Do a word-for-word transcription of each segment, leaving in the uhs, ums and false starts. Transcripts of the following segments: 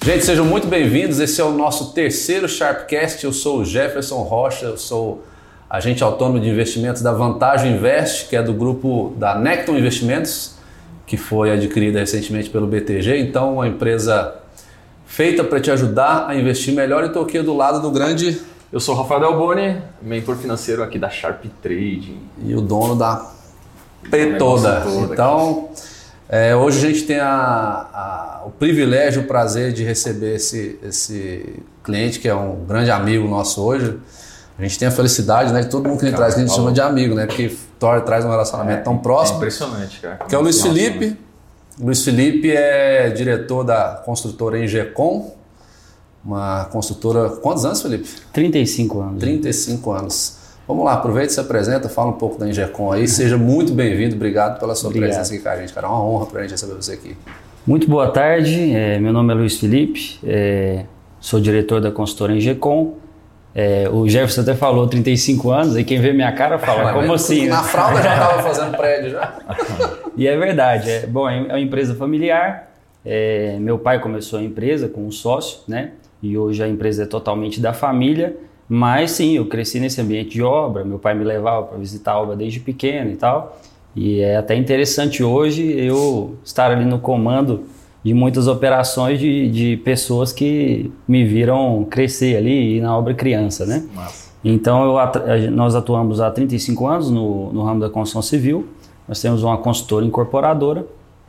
Gente, sejam muito bem-vindos. Esse é o nosso terceiro Sharpcast. Eu sou o Jefferson Rocha, eu sou agente autônomo de investimentos da Vantagem Invest, que é do grupo da Necton Investimentos, que foi adquirida recentemente pelo B T G. Então, uma empresa feita para te ajudar a investir melhor. E estou aqui do lado do grande... Eu sou o Rafael Delboni, mentor financeiro aqui da Sharp Trading. E o dono da P toda. Então... É, hoje a gente tem a, a, o privilégio, o prazer de receber esse, esse cliente, que é um grande amigo nosso hoje. A gente tem a felicidade, né, que todo mundo que ele traz, que a gente chama de amigo, né, porque Thor traz um relacionamento é, tão próximo. É impressionante, cara. Que é o Luiz Felipe. O Luiz Felipe é diretor da construtora Engecom, uma construtora... Quantos anos, Felipe? trinta e cinco anos. trinta e cinco anos. Vamos lá, aproveita e se apresenta, fala um pouco da Engecom aí. Seja muito bem-vindo, obrigado pela sua obrigado. presença aqui com a gente, cara. É uma honra pra gente receber você aqui. Muito boa tarde, é, meu nome é Luiz Felipe, é, sou diretor da consultora Engecom. É, o Jefferson até falou trinta e cinco anos, e quem vê minha cara fala, como assim? Na né? fralda já estava fazendo prédio já. E é verdade, é, bom, é uma empresa familiar, é, meu pai começou a empresa com um sócio, né? E hoje a empresa é totalmente da família. Mas sim, eu cresci nesse ambiente de obra, meu pai me levava para visitar a obra desde pequeno e tal. E é até interessante hoje eu estar ali no comando de muitas operações de, de pessoas que me viram crescer ali na obra criança, né? Nossa. Então eu, nós atuamos há trinta e cinco anos no, no ramo da construção civil, nós temos uma consultora incorporadora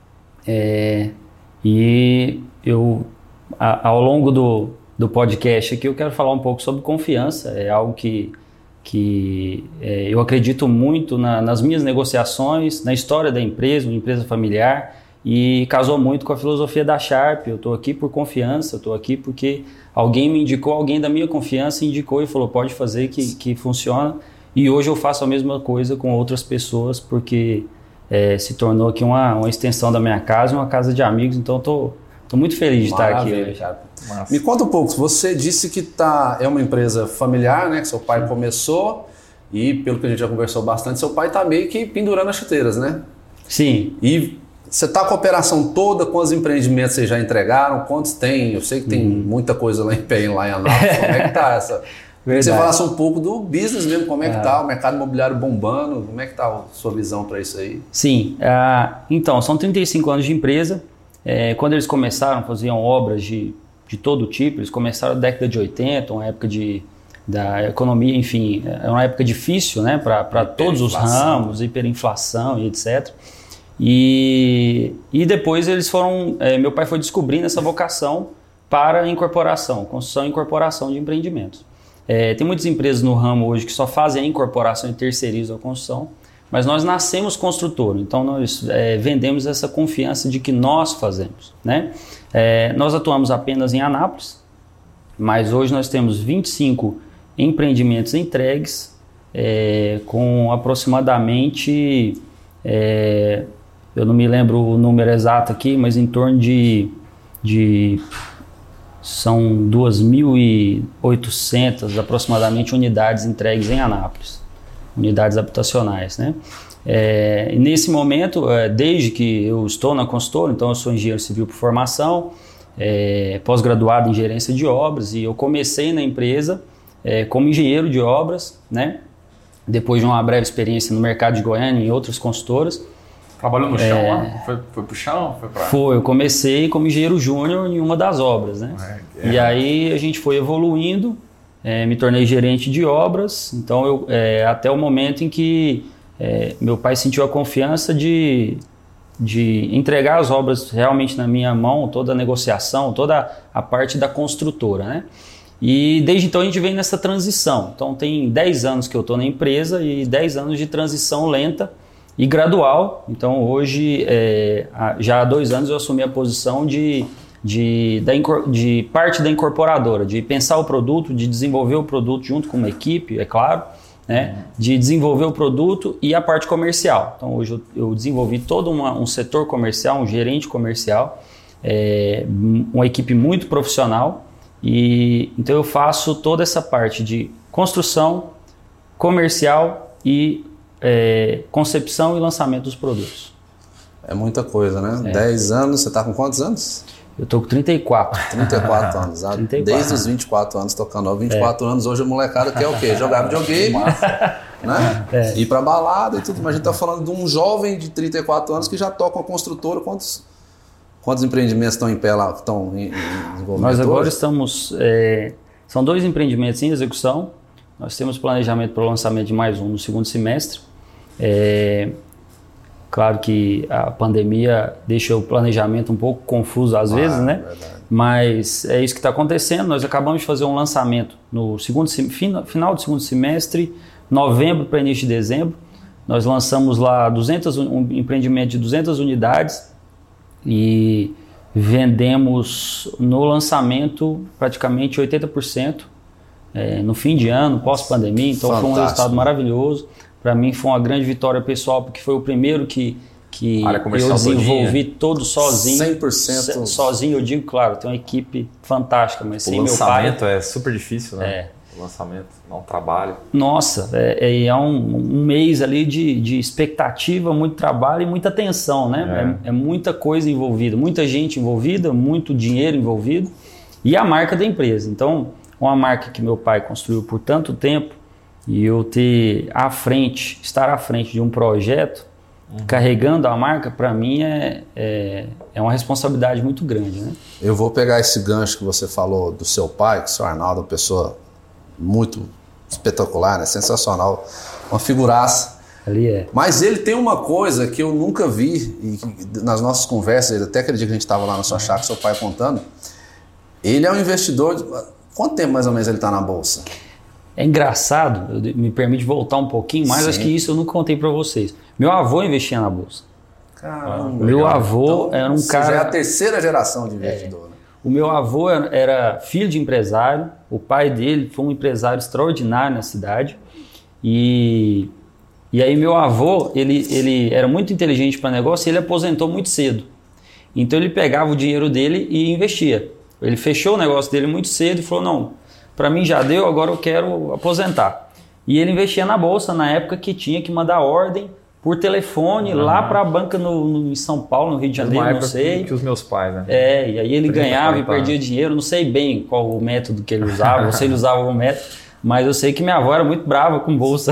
é, e eu, a, ao longo do... do podcast aqui, eu quero falar um pouco sobre confiança. É algo que, que é, eu acredito muito na, nas minhas negociações, na história da empresa, uma empresa familiar, e casou muito com a filosofia da Sharp. Eu estou aqui por confiança, eu estou aqui porque alguém me indicou, alguém da minha confiança indicou e falou, pode fazer que, que funciona. E hoje eu faço a mesma coisa com outras pessoas, porque é, se tornou aqui uma, uma extensão da minha casa, uma casa de amigos, então eu estou Estou muito feliz de Maravilha, estar aqui hoje. Me conta um pouco, você disse que tá, é uma empresa familiar, né? Que seu pai começou e, pelo que a gente já conversou bastante, seu pai está meio que pendurando as chuteiras, né? Sim. E você está com a operação toda, quantos empreendimentos vocês já entregaram? Quantos tem? Eu sei que tem hum. muita coisa lá em pé, lá em Anápolis. Como é que tá essa? Verdade. Você falasse um pouco do business mesmo, como é que está, o mercado imobiliário bombando, como é que está a sua visão para isso aí? Sim, uh, então, são trinta e cinco anos de empresa. É, quando eles começaram, faziam obras de, de todo tipo, eles começaram na década de oitenta, uma época de, da economia, enfim, é uma época difícil, né, para todos os ramos, hiperinflação e etcétera. E, e depois eles foram, é, meu pai foi descobrindo essa vocação para a incorporação, construção e incorporação de empreendimentos. É, tem muitas empresas no ramo hoje que só fazem a incorporação e terceirizam a construção, mas nós nascemos construtor, então nós é, vendemos essa confiança de que nós fazemos, né? É, nós atuamos apenas em Anápolis, mas hoje nós temos vinte e cinco empreendimentos entregues, é, com aproximadamente, é, eu não me lembro o número exato aqui, mas em torno de, de são duas mil e oitocentas aproximadamente unidades entregues em Anápolis. Unidades habitacionais, né? É, nesse momento, é, desde que eu estou na consultora, então eu sou engenheiro civil por formação, é, pós-graduado em gerência de obras, e eu comecei na empresa é, como engenheiro de obras, né? Depois de uma breve experiência no mercado de Goiânia e em outras consultoras. Trabalhou no chão é, lá? Foi, foi pro chão? Foi, pra... foi, eu comecei como engenheiro júnior em uma das obras, né? É, é. E aí a gente foi evoluindo. É, me tornei gerente de obras, então eu, é, até o momento em que é, meu pai sentiu a confiança de, de entregar as obras realmente na minha mão, toda a negociação, toda a parte da construtora, né? E desde então a gente vem nessa transição. Então tem dez anos que eu estou na empresa e dez anos de transição lenta e gradual. Então hoje, é, já há dois anos eu assumi a posição de... De, da, de parte da incorporadora, de pensar o produto, de desenvolver o produto junto com uma equipe, é claro, né? Uhum. De desenvolver o produto e a parte comercial. Então hoje eu, eu desenvolvi todo uma, um setor comercial, um gerente comercial, é, uma equipe muito profissional, e então eu faço toda essa parte de construção, comercial e é, concepção e lançamento dos produtos. É muita coisa, né? É. dez anos, você está com quantos anos? Eu tô com trinta e quatro. trinta e quatro anos, ah, trinta e quatro. Desde os vinte e quatro anos tocando. vinte e quatro é. anos, hoje a molecada quer o quê? Jogar videogame, né? É. Ir pra balada e tudo. Mas a gente tá falando de um jovem de trinta e quatro anos que já toca uma construtora. Quantos, quantos empreendimentos estão em pé lá, estão em, em desenvolvimento? Nós agora hoje? estamos... É, são dois empreendimentos em execução. Nós temos planejamento para o lançamento de mais um no segundo semestre. É, claro que a pandemia deixa o planejamento um pouco confuso às ah, vezes, né? Verdade. Mas é isso que está acontecendo. Nós acabamos de fazer um lançamento no segundo, final do segundo semestre, novembro para início de dezembro. Nós lançamos lá duzentos, um empreendimento de duzentas unidades e vendemos no lançamento praticamente oitenta por cento é, no fim de ano, pós-pandemia. Então Fantástico. Foi um resultado maravilhoso. Para mim foi uma grande vitória pessoal, porque foi o primeiro que, que eu desenvolvi todinha. todo sozinho. cem por cento sozinho, eu digo, claro, tem uma equipe fantástica, mas sem meu pai... O lançamento é super difícil, né? É. O lançamento, é um trabalho. Nossa, é, é um, um mês ali de, de expectativa, muito trabalho e muita atenção, né? É. É, é muita coisa envolvida, muita gente envolvida, muito dinheiro envolvido e a marca da empresa. Então, uma marca que meu pai construiu por tanto tempo, e eu ter à frente, estar à frente de um projeto, uhum. carregando a marca, para mim é, é, é uma responsabilidade muito grande, né? Eu vou pegar esse gancho que você falou do seu pai, que o seu Arnaldo é uma pessoa muito espetacular, né? Sensacional, uma figuraça. Ali é. Mas ele tem uma coisa que eu nunca vi, e que, nas nossas conversas, até aquele dia que a gente estava lá na sua chácara, seu pai contando, ele é um investidor... De, quanto tempo mais ou menos ele está na Bolsa? É engraçado, me permite voltar um pouquinho, mas Sim. acho que isso eu não contei para vocês. Meu avô investia na Bolsa. Caramba. Meu legal. avô então, era um cara... já é a terceira geração de investidor. É. Né? O meu avô era filho de empresário, o pai dele foi um empresário extraordinário na cidade. E, e aí meu avô, ele, ele era muito inteligente para negócio e ele aposentou muito cedo. Então ele pegava o dinheiro dele e investia. Ele fechou o negócio dele muito cedo e falou, não... Para mim já deu, agora eu quero aposentar. E ele investia na Bolsa na época que tinha que mandar ordem por telefone uhum. lá para a banca no, no, em São Paulo, no Rio de Janeiro, não sei. Que os meus pais, né? É, e aí ele ganhava e perdia dinheiro, não sei bem qual o método que ele usava, ou se ele usava algum método, mas eu sei que minha avó era muito brava com Bolsa.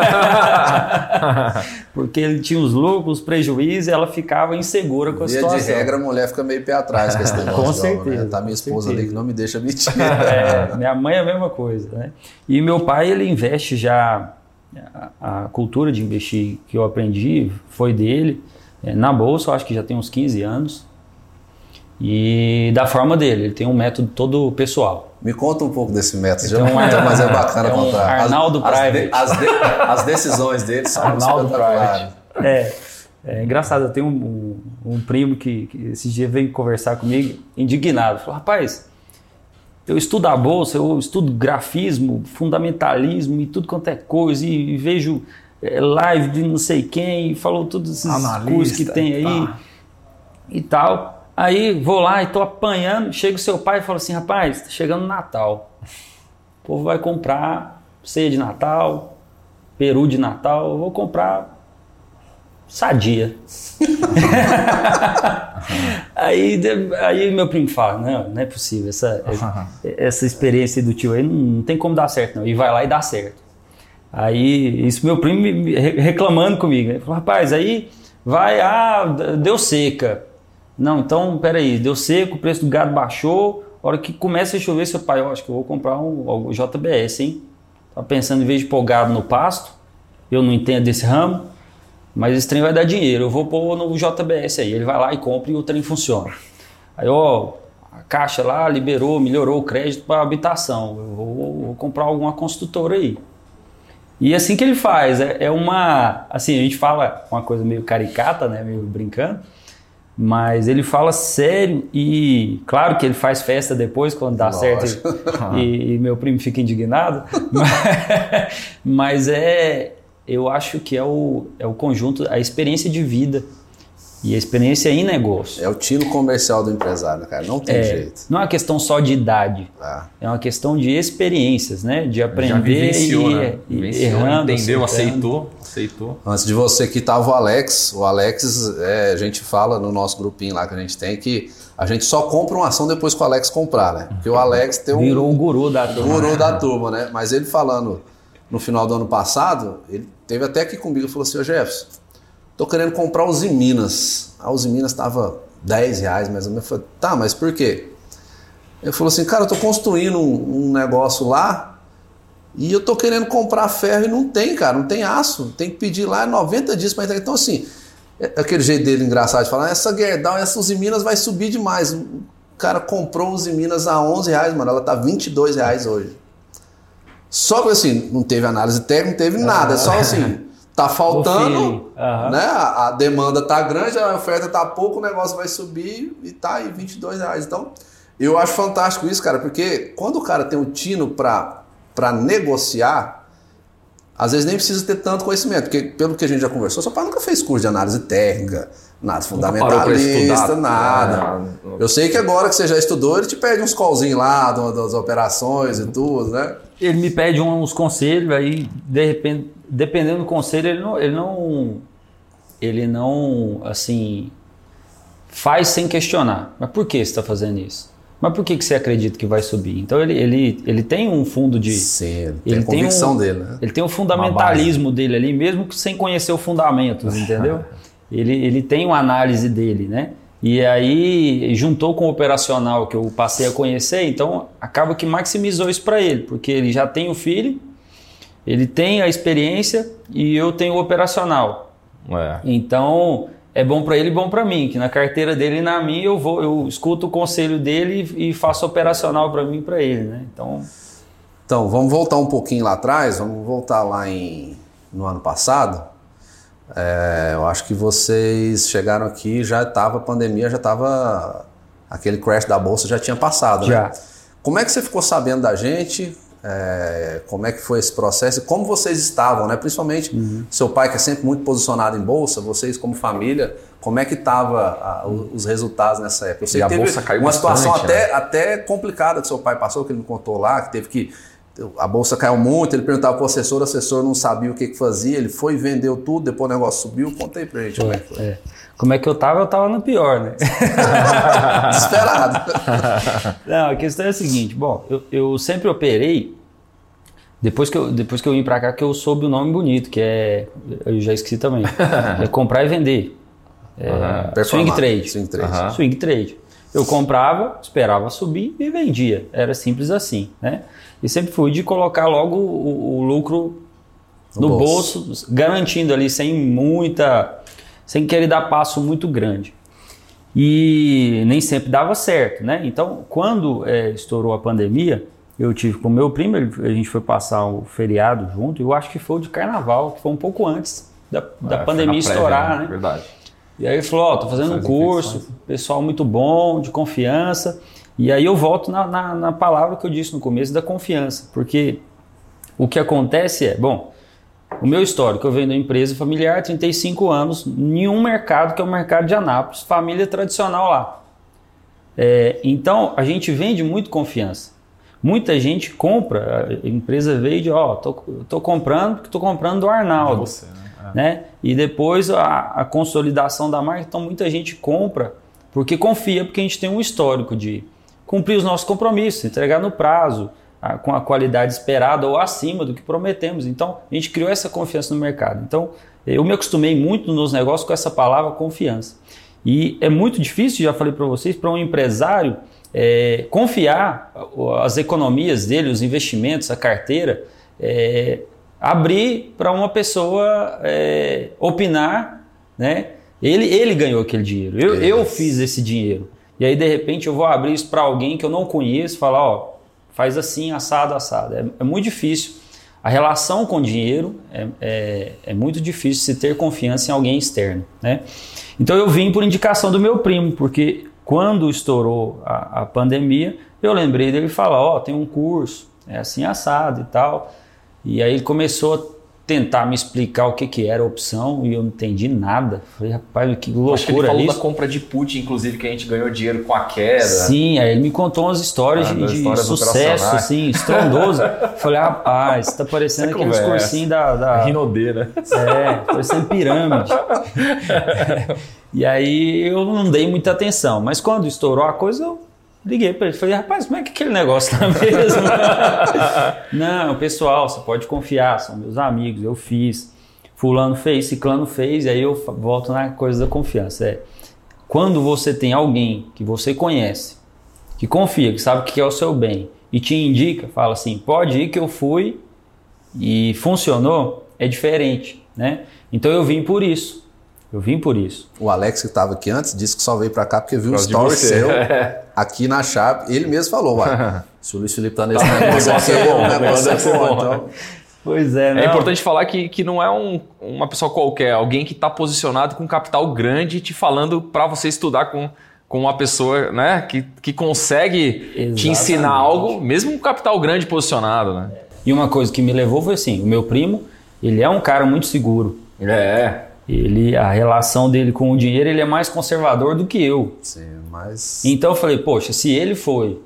Porque ele tinha os lucros, os prejuízos e ela ficava insegura com a Via situação. de regra, a mulher fica meio pé atrás com esse negócio. Com certeza. Né? Tá minha esposa ali que não me deixa mentir. É, minha mãe é a mesma coisa, né? E meu pai, ele investe já, a, a cultura de investir que eu aprendi foi dele, é, na Bolsa, eu acho que já tem uns quinze anos. E da forma dele, ele tem um método todo pessoal. Me conta um pouco desse método, então, já, é, mas é bacana é um contar. Arnaldo as, Private. As, de, as, de, as decisões dele são Arnaldo Private. É, é engraçado, eu tenho um, um, um primo que, que esses dias veio conversar comigo, indignado. Falou, rapaz, eu estudo a Bolsa, eu estudo grafismo, fundamentalismo e tudo quanto é coisa, e, e vejo é, live de não sei quem, e falou todos esses Analista, cursos que tem aí tá. e tal. Aí vou lá e tô apanhando, chega o seu pai e fala assim, rapaz, tá chegando o Natal, o povo vai comprar ceia de Natal, peru de Natal, eu vou comprar Sadia. aí, aí meu primo fala, não, não é possível, essa, essa experiência do tio aí não, não tem como dar certo não, e vai lá e dá certo. Aí isso meu primo me, reclamando comigo, ele falou, rapaz, aí vai, ah, deu seca. Não, então, peraí, deu seco, o preço do gado baixou, a hora que começa a chover, seu pai, eu acho que eu vou comprar um, um J B S, hein? Tá pensando, em vez de pôr gado no pasto, eu não entendo desse ramo, mas esse trem vai dar dinheiro, eu vou pôr no J B S aí, ele vai lá e compra e o trem funciona. Aí, ó, a Caixa lá liberou, melhorou o crédito para habitação, eu vou, vou comprar alguma construtora aí. E assim que ele faz, é, é uma, assim, a gente fala uma coisa meio caricata, né, meio brincando, mas ele fala sério e claro que ele faz festa depois quando dá Lógico. certo e, e meu primo fica indignado, mas, mas é, eu acho que é o, é o conjunto, a experiência de vida E a experiência em negócio. É o tino comercial do empresário, né, cara? Não tem é, jeito. Não é uma questão só de idade. Ah. É uma questão de experiências, né? De aprender Já vivenciou, e, né? e Vivenciou, errando, entendeu, acertando. aceitou, aceitou. Antes de você aqui estava o Alex. O Alex, é, a gente fala no nosso grupinho lá que a gente tem que a gente só compra uma ação depois que o Alex comprar, né? Porque o Alex tem um... Virou o guru da turma. Guru da turma, né? Mas ele falando no final do ano passado, ele teve até aqui comigo e falou assim, ô Jefferson, tô querendo comprar os Minas. A Uzi Minas estava dez reais mais ou menos. Eu falei, tá, mas por quê? Ele falou assim, cara, eu tô construindo um, um negócio lá e eu tô querendo comprar ferro e não tem, cara, não tem aço. Tem que pedir lá noventa dias para entregar. Então, assim, é aquele jeito dele engraçado de falar, essa Gerdau, essa Uzi Minas vai subir demais. O cara comprou Uzi Minas a onze reais, mano, ela tá vinte e dois reais hoje. Só que assim, não teve análise técnica, não teve nada, é só assim... Tá faltando, uhum. né? A, a demanda tá grande, a oferta tá pouco, o negócio vai subir e tá aí vinte e dois reais. Então, eu acho fantástico isso, cara, porque quando o cara tem um tino para para negociar, às vezes nem precisa ter tanto conhecimento, porque pelo que a gente já conversou, seu pai nunca fez curso de análise técnica, nada fundamentalista, nada. Eu sei que agora que você já estudou, ele te pede uns callzinhos lá das operações e tudo, né? Ele me pede uns conselhos, aí de repente, dependendo do conselho, ele não, ele não, ele não, assim, faz sem questionar. Mas por que você está fazendo isso? Mas por que, que você acredita que vai subir? Então ele, ele, ele tem um fundo de... Sim, ele tem a convicção um, dele, né? Ele tem um fundamentalismo dele ali, mesmo que sem conhecer os fundamentos, entendeu? ele, ele tem uma análise dele, né? E aí juntou com o operacional que eu passei a conhecer, então acaba que maximizou isso para ele, porque ele já tem o filho, ele tem a experiência e eu tenho o operacional. É. Então é bom para ele e bom para mim, que na carteira dele e na minha eu vou, eu escuto o conselho dele e faço operacional para mim e para ele, né? Então, então vamos voltar um pouquinho lá atrás, vamos voltar lá em, no ano passado. É, eu acho que vocês chegaram aqui, já estava a pandemia, já estava aquele crash da bolsa já tinha passado, já. Né? Como é que você ficou sabendo da gente? É, como é que foi esse processo? E como vocês estavam, né? Principalmente uhum. seu pai que é sempre muito posicionado em bolsa, vocês como família, como é que estava uhum. os resultados nessa época? Eu sei e que a teve bolsa caiu uma bastante, situação até, né? até complicada que seu pai passou, que ele me contou lá, que teve que a bolsa caiu muito, ele perguntava para o assessor, o assessor não sabia o que, que fazia, ele foi e vendeu tudo, depois o negócio subiu. Conta aí pra gente como é que foi. É. Como é que eu tava? Eu tava no pior, né? Desesperado. Não, a questão é a seguinte, bom, eu, eu sempre operei, depois que, eu, depois que eu vim pra cá, que eu soube o nome bonito, que é, eu já esqueci também, é comprar e vender. É, uhum. Swing trade. Swing trade. Uhum. Swing trade. Eu comprava, esperava subir e vendia. Era simples assim, né? E sempre fui de colocar logo o, o lucro no, no bolso. bolso, garantindo ali sem muita, sem querer dar passo muito grande. E nem sempre dava certo, né? Então, quando é, estourou a pandemia, eu tive com o meu primo, ele, a gente foi passar o feriado junto, eu acho que foi o de carnaval, que foi um pouco antes da, da é, pandemia estourar, prévia, né? Verdade. E aí ele falou, ó, oh, tô fazendo um curso, pessoal muito bom, de confiança. E aí eu volto na, na, na palavra que eu disse no começo da confiança, porque o que acontece é, bom, o meu histórico, eu venho da empresa familiar, trinta e cinco anos, em um mercado que é o mercado de Anápolis, família tradicional lá. É, então, a gente vende muito confiança. Muita gente compra, a empresa veio de, ó, oh, tô, tô comprando porque tô comprando do Arnaldo. Você, né? É. Né? E depois a, a consolidação da marca, então muita gente compra porque confia, porque a gente tem um histórico de cumprir os nossos compromissos, entregar no prazo, a, com a qualidade esperada ou acima do que prometemos. Então, a gente criou essa confiança no mercado. Então, eu me acostumei muito nos negócios com essa palavra confiança. E é muito difícil, já falei para vocês, para um empresário é, confiar as economias dele, os investimentos, a carteira, é, abrir para uma pessoa é, opinar, né? Ele, ele ganhou aquele dinheiro, eu, eu fiz esse dinheiro. E aí, de repente, eu vou abrir isso para alguém que eu não conheço, falar, ó, faz assim, assado, assado. É, é muito difícil. A relação com o dinheiro é, é, é muito difícil se ter confiança em alguém externo, né? Então, eu vim por indicação do meu primo, porque quando estourou a, a pandemia, eu lembrei dele falar, ó, tem um curso, é assim, assado e tal. E aí ele começou tentar me explicar o que, que era a opção e eu não entendi nada. Falei, rapaz, que loucura. Acho que ele falou isso. da compra de put, inclusive, que a gente ganhou dinheiro com a queda. Sim, aí ele me contou umas histórias ah, de, de histórias sucesso, assim, estrondoso. Falei, rapaz, tá parecendo Essa aqueles conversa. cursinhos da... da... Rinodê, né? É, parecendo pirâmide. E aí eu não dei muita atenção, mas quando estourou a coisa, eu liguei para ele, falei, rapaz, como é que aquele negócio tá mesmo? Não, pessoal, você pode confiar, são meus amigos, eu fiz, fulano fez, ciclano fez, e aí eu volto na coisa da confiança. É, quando você tem alguém que você conhece, que confia, que sabe que é o seu bem, e te indica, fala assim, pode ir que eu fui e funcionou, é diferente, né? Então eu vim por isso. Eu vim por isso. O Alex, que estava aqui antes, disse que só veio para cá porque viu um story seu aqui na Sharp. Ele mesmo falou, uai, se o Luiz Felipe tá nesse negócio, negócio é bom, o negócio é bom. Então... Pois é, não. É importante falar que, que não é um, uma pessoa qualquer, alguém que está posicionado com capital grande te falando para você estudar com, com uma pessoa, né, que, que consegue Exatamente. te ensinar algo, mesmo com capital grande posicionado. Né? E uma coisa que me levou foi assim, o meu primo, ele é um cara muito seguro. É. Ele, a relação dele com o dinheiro, ele é mais conservador do que eu. Sim, mas... Então eu falei, poxa, se ele foi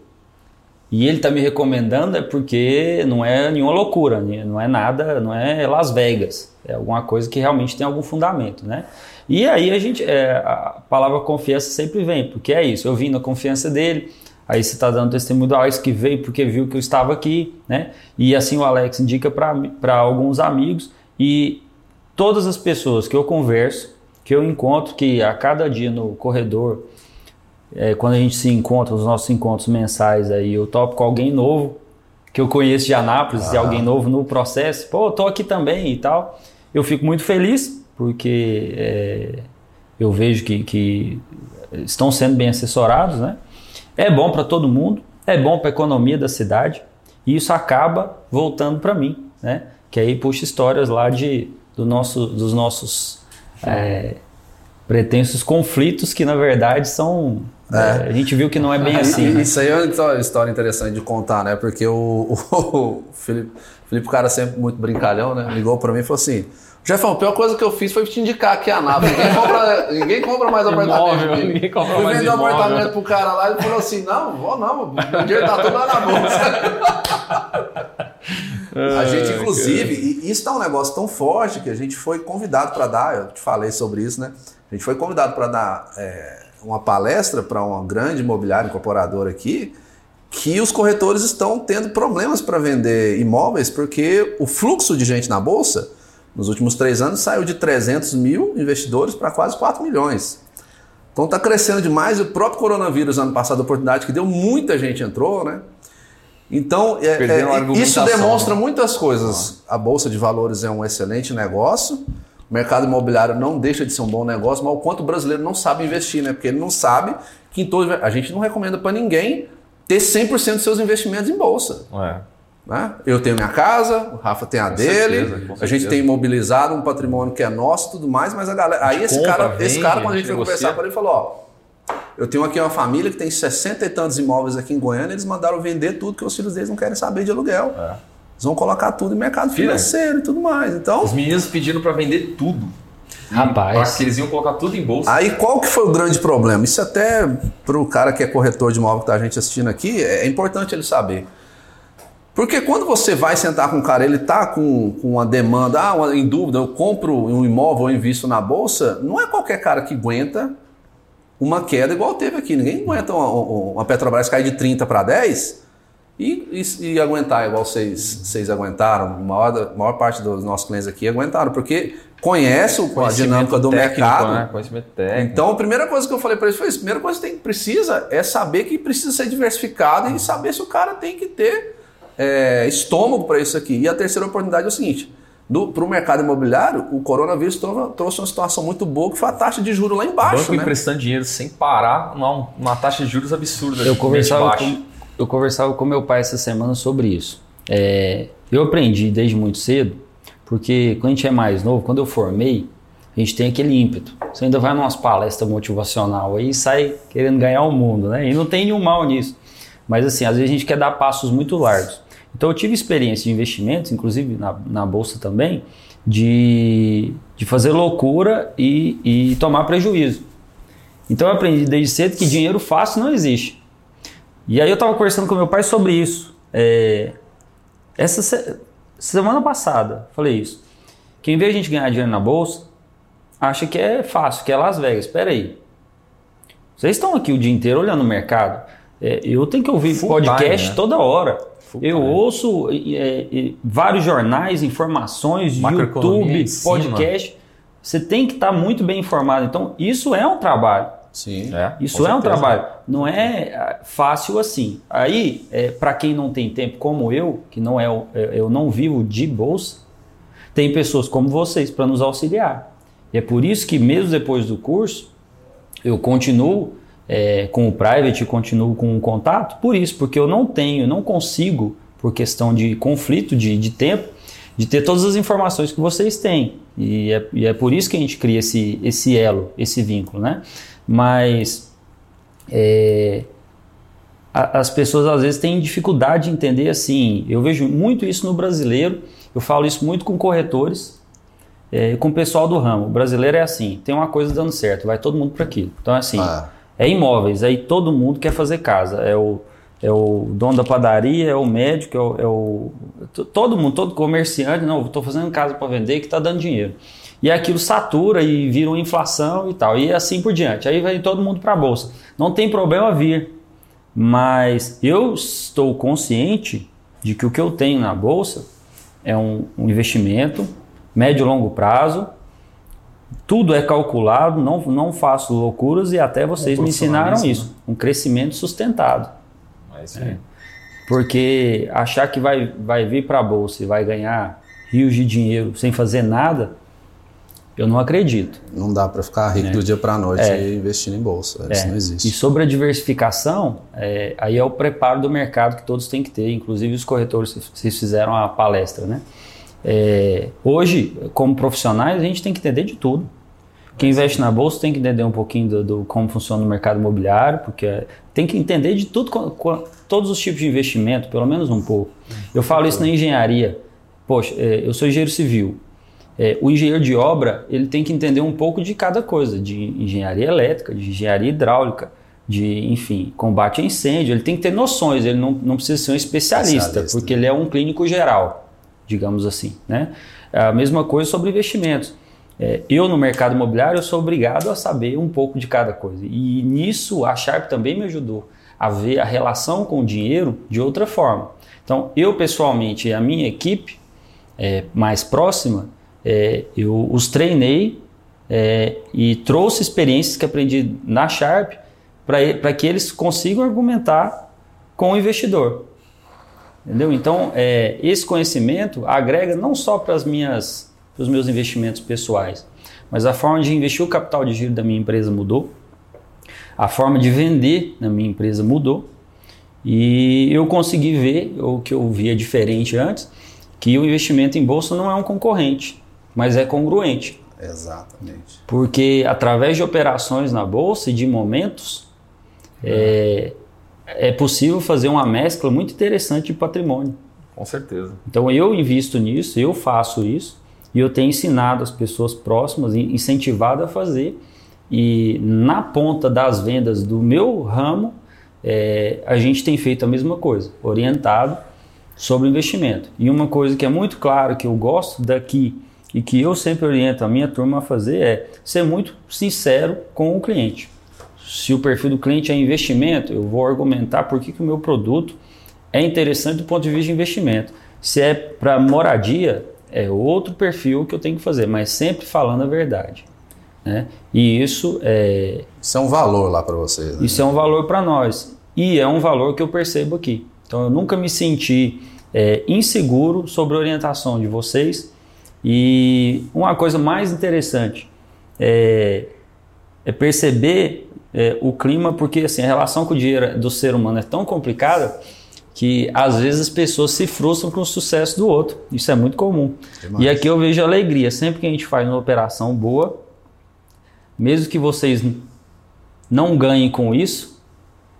e ele está me recomendando é porque não é nenhuma loucura, não é nada, não é Las Vegas. É alguma coisa que realmente tem algum fundamento, né? E aí a gente, é, a palavra confiança sempre vem, porque é isso, eu vim na confiança dele, aí você está dando testemunho do Alex que veio porque viu que eu estava aqui, né? E assim o Alex indica para alguns amigos e... Todas as pessoas que eu converso, que eu encontro, que a cada dia no corredor, é, quando a gente se encontra, os nossos encontros mensais, aí eu topo com alguém novo, que eu conheço de Anápolis, ah. e alguém novo no processo, pô, eu tô aqui também e tal. Eu fico muito feliz, porque é, eu vejo que, que estão sendo bem assessorados, né? É bom para todo mundo, é bom para a economia da cidade, e isso acaba voltando para mim, né? Que aí puxa histórias lá de... Do nosso, dos nossos é, pretensos conflitos que na verdade são... É. É, a gente viu que não é bem assim. E, né? Isso aí é uma história interessante de contar, né? Porque o, o, o Felipe, Felipe, o cara sempre muito brincalhão, né? Ligou para mim e falou assim, Jefão, a pior coisa que eu fiz foi te indicar aqui a Anápolis. Ninguém compra, ninguém compra mais apartamento. Imóvel, ninguém compra Fui mais vender um imóvel. apartamento pro cara lá e ele falou assim, não, vou não, o dinheiro tá todo lá na bolsa. A gente, inclusive, e isso tá um negócio tão forte que a gente foi convidado para dar, eu te falei sobre isso, né? A gente foi convidado para dar é, uma palestra para uma grande imobiliária incorporadora aqui, que os corretores estão tendo problemas para vender imóveis, porque o fluxo de gente na bolsa, nos últimos três anos, saiu de trezentos mil investidores para quase quatro milhões. Então está crescendo demais. O próprio coronavírus, ano passado, a oportunidade que deu, muita gente entrou, né? Então, é, é, isso demonstra né? muitas coisas. A Bolsa de Valores é um excelente negócio, o mercado imobiliário não deixa de ser um bom negócio, mas o quanto o brasileiro não sabe investir, né? Porque ele não sabe que em todo... A gente não recomenda para ninguém ter cem por cento dos seus investimentos em bolsa. É. Né? Eu tenho minha casa, o Rafa tem a com dele, certeza, a gente tem imobilizado um patrimônio que é nosso e tudo mais, mas a galera... Aí esse compra, cara, vende, esse cara, quando a gente foi conversar com ele, falou, ó, eu tenho aqui uma família que tem sessenta e tantos imóveis aqui em Goiânia, eles mandaram vender tudo que os filhos deles não querem saber de aluguel. É. Eles vão colocar tudo em mercado financeiro e tudo mais. Então, os meninos pediram para vender tudo. Rapaz. Que eles iam colocar tudo em bolsa. Aí qual que foi o grande problema? Isso até para o cara que é corretor de imóvel que tá a gente assistindo aqui, é importante ele saber. Porque quando você vai sentar com o cara, ele tá com, com uma demanda, ah, uma, em dúvida, eu compro um imóvel ou invisto na bolsa, não é qualquer cara que aguenta uma queda igual teve aqui. Ninguém aguenta uma, uma Petrobras cair de trinta para dez e, e, e aguentar igual vocês, vocês aguentaram. A maior, maior parte dos nossos clientes aqui aguentaram, porque conhece a dinâmica do técnico, mercado. Né? Conhecimento técnico. Então, a primeira coisa que eu falei para eles foi isso. A primeira coisa que tem, precisa é saber que precisa ser diversificado e saber se o cara tem que ter é, estômago para isso aqui. E a terceira oportunidade é o seguinte. Para o mercado imobiliário, o coronavírus trouxe uma situação muito boa, que foi a taxa de juros lá embaixo. O banco né? emprestando dinheiro sem parar, uma, uma taxa de juros absurda. Eu conversava, com, eu conversava com meu pai essa semana sobre isso. É, eu aprendi desde muito cedo, porque quando a gente é mais novo, quando eu formei, a gente tem aquele ímpeto. Você ainda vai numas palestras motivacional aí e sai querendo ganhar o mundo, né? E não tem nenhum mal nisso. Mas assim, às vezes a gente quer dar passos muito largos. Então eu tive experiência de investimentos, inclusive na, na Bolsa também, de, de fazer loucura e, e tomar prejuízo. Então eu aprendi desde cedo que dinheiro fácil não existe. E aí eu estava conversando com meu pai sobre isso. É, essa se, semana passada, falei isso. Que em vez de a gente ganhar dinheiro na bolsa, acha que é fácil, que é Las Vegas. Espera aí. Vocês estão aqui o dia inteiro olhando o mercado. É, eu tenho que ouvir Full podcast time, né? Toda hora. Full eu time. ouço é, é, vários jornais, informações, YouTube, podcast. Você tem que estar muito bem informado. Então, isso é um trabalho. Sim. É, isso é um trabalho. Não é fácil assim. Aí, é, para quem não tem tempo, como eu, que não é, eu não vivo de bolsa, tem pessoas como vocês para nos auxiliar. E é por isso que, mesmo depois do curso, eu continuo é, com o private, continuo com o contato, por isso, porque eu não tenho, não consigo, por questão de conflito de, de tempo, de ter todas as informações que vocês têm. E é, e é por isso que a gente cria esse, esse elo, esse vínculo, né? Mas é, a, as pessoas às vezes têm dificuldade de entender assim. Eu vejo muito isso no brasileiro, eu falo isso muito com corretores, é, com o pessoal do ramo. O brasileiro é assim, tem uma coisa dando certo, vai todo mundo para aquilo. Então assim, ah. é imóveis, aí todo mundo quer fazer casa. É o, é o dono da padaria, é o médico, é o, é o todo mundo, todo comerciante, não, estou fazendo casa para vender que está dando dinheiro. E aquilo satura e vira uma inflação e tal, e assim por diante. Aí vai todo mundo para a bolsa. Não tem problema vir, mas eu estou consciente de que o que eu tenho na bolsa é um, um investimento médio e longo prazo, tudo é calculado, não, não faço loucuras e até vocês me ensinaram isso, um crescimento sustentado. Mas, sim. É. Porque achar que vai, vai vir para a bolsa e vai ganhar rios de dinheiro sem fazer nada, eu não acredito. Não dá para ficar rico é. do dia para a noite é. e investindo em bolsa. Isso é. não existe. E sobre a diversificação, é, aí é o preparo do mercado que todos têm que ter. Inclusive os corretores, vocês fizeram a palestra, né? É, hoje, como profissionais, a gente tem que entender de tudo. Quem investe na bolsa tem que entender um pouquinho do, do como funciona o mercado imobiliário, porque é, tem que entender de tudo, com, com, todos os tipos de investimento, pelo menos um pouco. Eu falo isso na engenharia. Poxa, é, eu sou engenheiro civil. É, o engenheiro de obra, ele tem que entender um pouco de cada coisa, de engenharia elétrica, de engenharia hidráulica, de, enfim, combate a incêndio. Ele tem que ter noções, ele não, não precisa ser um especialista, especialista, porque ele é um clínico geral, digamos assim, né? A mesma coisa sobre investimentos. É, eu, no mercado imobiliário, eu sou obrigado a saber um pouco de cada coisa. E nisso, a Sharpe também me ajudou a ver a relação com o dinheiro de outra forma. Então, eu, pessoalmente, e a minha equipe é, mais próxima, É, eu os treinei é, e trouxe experiências que aprendi na Sharpe para que eles consigam argumentar com o investidor. Entendeu? Então, é, esse conhecimento agrega não só para as minhas, para os meus investimentos pessoais, mas a forma de investir o capital de giro da minha empresa mudou, a forma de vender na minha empresa mudou, e eu consegui ver o que eu via diferente antes, que o investimento em bolsa não é um concorrente, mas é congruente. Exatamente. Porque através de operações na bolsa e de momentos, é, é possível fazer uma mescla muito interessante de patrimônio. Com certeza. Então eu invisto nisso, eu faço isso, e eu tenho ensinado as pessoas próximas, incentivado a fazer, e na ponta das vendas do meu ramo, é, a gente tem feito a mesma coisa, orientado sobre investimento. E uma coisa que é muito clara, que eu gosto daqui, e que eu sempre oriento a minha turma a fazer, é ser muito sincero com o cliente. Se o perfil do cliente é investimento, eu vou argumentar por que que o meu produto é interessante do ponto de vista de investimento. Se é para moradia, é outro perfil que eu tenho que fazer, mas sempre falando a verdade, né? E isso é... Isso é um valor lá para vocês, né? Isso é um valor para nós. E é um valor que eu percebo aqui. Então eu nunca me senti é, inseguro sobre a orientação de vocês. E uma coisa mais interessante é, é perceber é, o clima, porque assim, a relação com o dinheiro do ser humano é tão complicada que às vezes as pessoas se frustram com o sucesso do outro. Isso é muito comum. Demais. E aqui eu vejo alegria. Sempre que a gente faz uma operação boa, mesmo que vocês não ganhem com isso,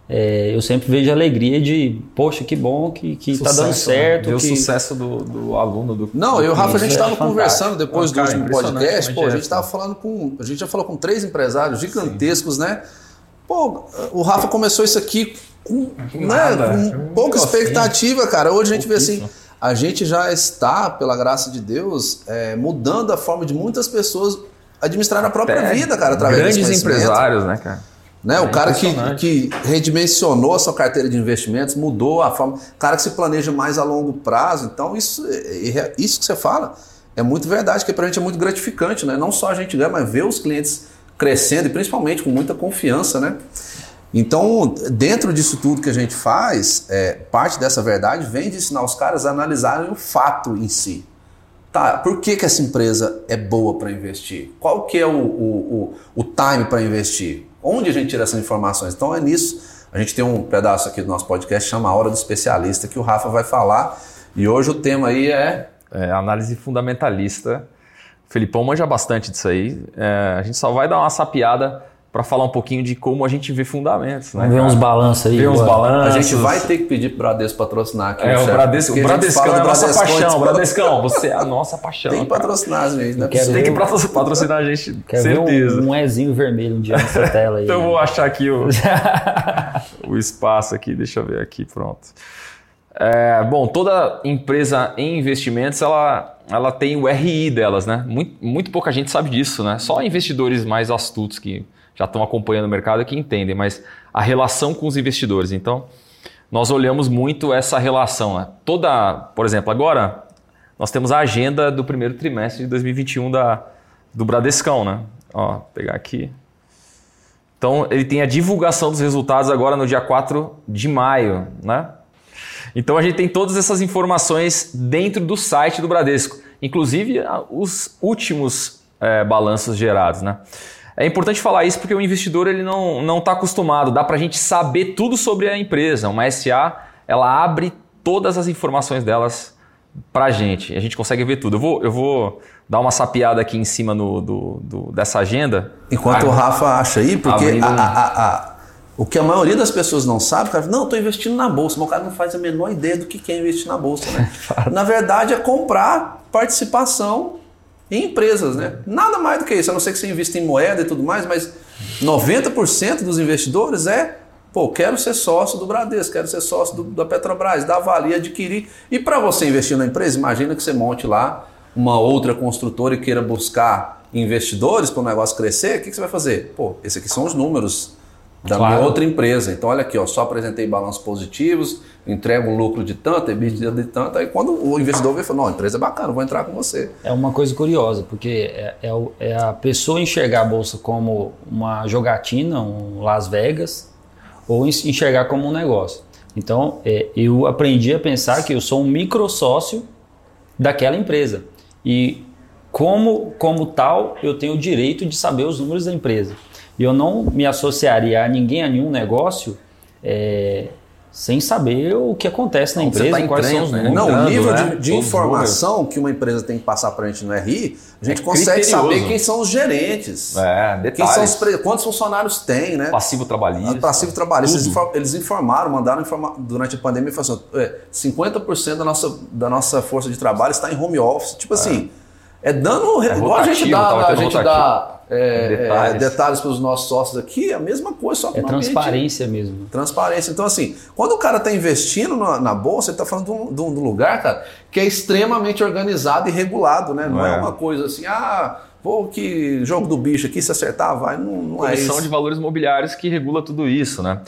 é, eu sempre vejo a alegria de, poxa, que bom que, que sucesso, tá dando certo. Né? Ver que... o sucesso do, do aluno. Do, Não, do eu e o Rafa, a gente estava é conversando depois do último podcast, pô, a gente estava é. falando com, a gente já falou com três empresários gigantescos, Sim. né? Pô, o Rafa começou isso aqui com, né, com pouca expectativa, cara. Hoje a gente vê assim, a gente já está, pela graça de Deus, é, mudando a forma de muitas pessoas administrar a própria Até vida, cara, através grandes desse empresários, né, cara? Né? É o cara que, que redimensionou a sua carteira de investimentos, mudou a forma, o cara que se planeja mais a longo prazo. Então, isso, isso que você fala é muito verdade, que pra gente é muito gratificante, né? Não só a gente ganha, mas ver os clientes crescendo e principalmente com muita confiança, né? Então, dentro disso tudo que a gente faz, é, parte dessa verdade vem de ensinar os caras a analisarem o fato em si. Tá, por que, que essa empresa é boa para investir? Qual que é o, o, o, o time para investir? Onde a gente tira essas informações? Então é nisso. A gente tem um pedaço aqui do nosso podcast que chama A Hora do Especialista, que o Rafa vai falar. E hoje o tema aí é... é análise fundamentalista. O Felipão manja bastante disso aí. É, a gente só vai dar uma sapiada para falar um pouquinho de como a gente vê fundamentos. Né, Vamos ver uns balanços aí. Ver uns balanços. A gente vai ter que pedir para o Bradesco patrocinar aqui. É, o, chefe, Bradesco, o Bradescão é a nossa paixão. Bradescão, você é a nossa paixão. Tem que patrocinar a gente, né? Tem que patrocinar a gente, Quero certeza. Ver um, um Ezinho vermelho um dia nessa tela aí. Então eu vou achar aqui o, o espaço aqui, deixa eu ver aqui, pronto. É, bom, toda empresa em investimentos, ela, ela tem o R I delas, né? Muito, muito pouca gente sabe disso, né? Só investidores mais astutos que já estão acompanhando o mercado que entendem, mas a relação com os investidores. Então, nós olhamos muito essa relação. Né? Toda, por exemplo, agora nós temos a agenda do primeiro trimestre de dois mil e vinte e um da, do Bradescão, né? Ó, vou pegar aqui. Então, ele tem a divulgação dos resultados agora no dia quatro de maio, né? Então, a gente tem todas essas informações dentro do site do Bradesco, inclusive os últimos é, balanços gerados, né? É importante falar isso porque o investidor ele não não está acostumado. Dá para a gente saber tudo sobre a empresa. Uma S A ela abre todas as informações delas para a gente. A gente consegue ver tudo. Eu vou, eu vou dar uma sapiada aqui em cima no, do, do, dessa agenda. Enquanto ah, o Rafa acha aí, porque a, a, a, a, o que a maioria das pessoas não sabe, cara, não, estou investindo na bolsa, mas o cara não faz a menor ideia do que é investir na bolsa. Né? Na verdade, é comprar participação em empresas, né? Nada mais do que isso, a não ser que você invista em moeda e tudo mais, mas noventa por cento dos investidores é, pô, quero ser sócio do Bradesco, quero ser sócio do, da Petrobras, da Vale, adquirir. E para você investir na empresa, imagina que você monte lá uma outra construtora e queira buscar investidores para o negócio crescer, o que, que você vai fazer? Pô, esses aqui são os números da claro. minha outra empresa. Então, olha aqui, ó, só apresentei balanços positivos, entrego um lucro de tanto, EBITDA de tanto. Aí quando o investidor vê, fala, não, a empresa é bacana, vou entrar com você. É uma coisa curiosa, porque é, é, é a pessoa enxergar a bolsa como uma jogatina, um Las Vegas, ou enxergar como um negócio. Então, é, eu aprendi a pensar que eu sou um micro sócio daquela empresa. E como, como tal, eu tenho o direito de saber os números da empresa. E eu não me associaria a ninguém, a nenhum negócio, é, sem saber o que acontece na empresa, tá quais são os números. Não, o nível né? de, de informação que uma empresa tem que passar para a gente no R I, a gente é consegue saber quem são os gerentes, é, detalhes. Quem são os pre... quantos funcionários tem, né? Passivo trabalhista. Passivo trabalhista. Eles, inform... Eles informaram, mandaram informar... durante a pandemia, falaram assim, cinquenta por cento da nossa, da nossa força de trabalho está em home office. Tipo é. assim, é dando... É igual a gente dá... A gente dá É, detalhes. É, detalhes para os nossos sócios aqui, é a mesma coisa, só que é transparência ambiente. mesmo. Transparência. Então, assim, quando o cara está investindo na, na bolsa, ele está falando de um, de um lugar, cara, que é extremamente organizado e regulado, né? Não, não é. é uma coisa assim, ah, vou que jogo do bicho aqui, se acertar, vai. Não, não é isso. Comissão de Valores Imobiliários que regula tudo isso, né?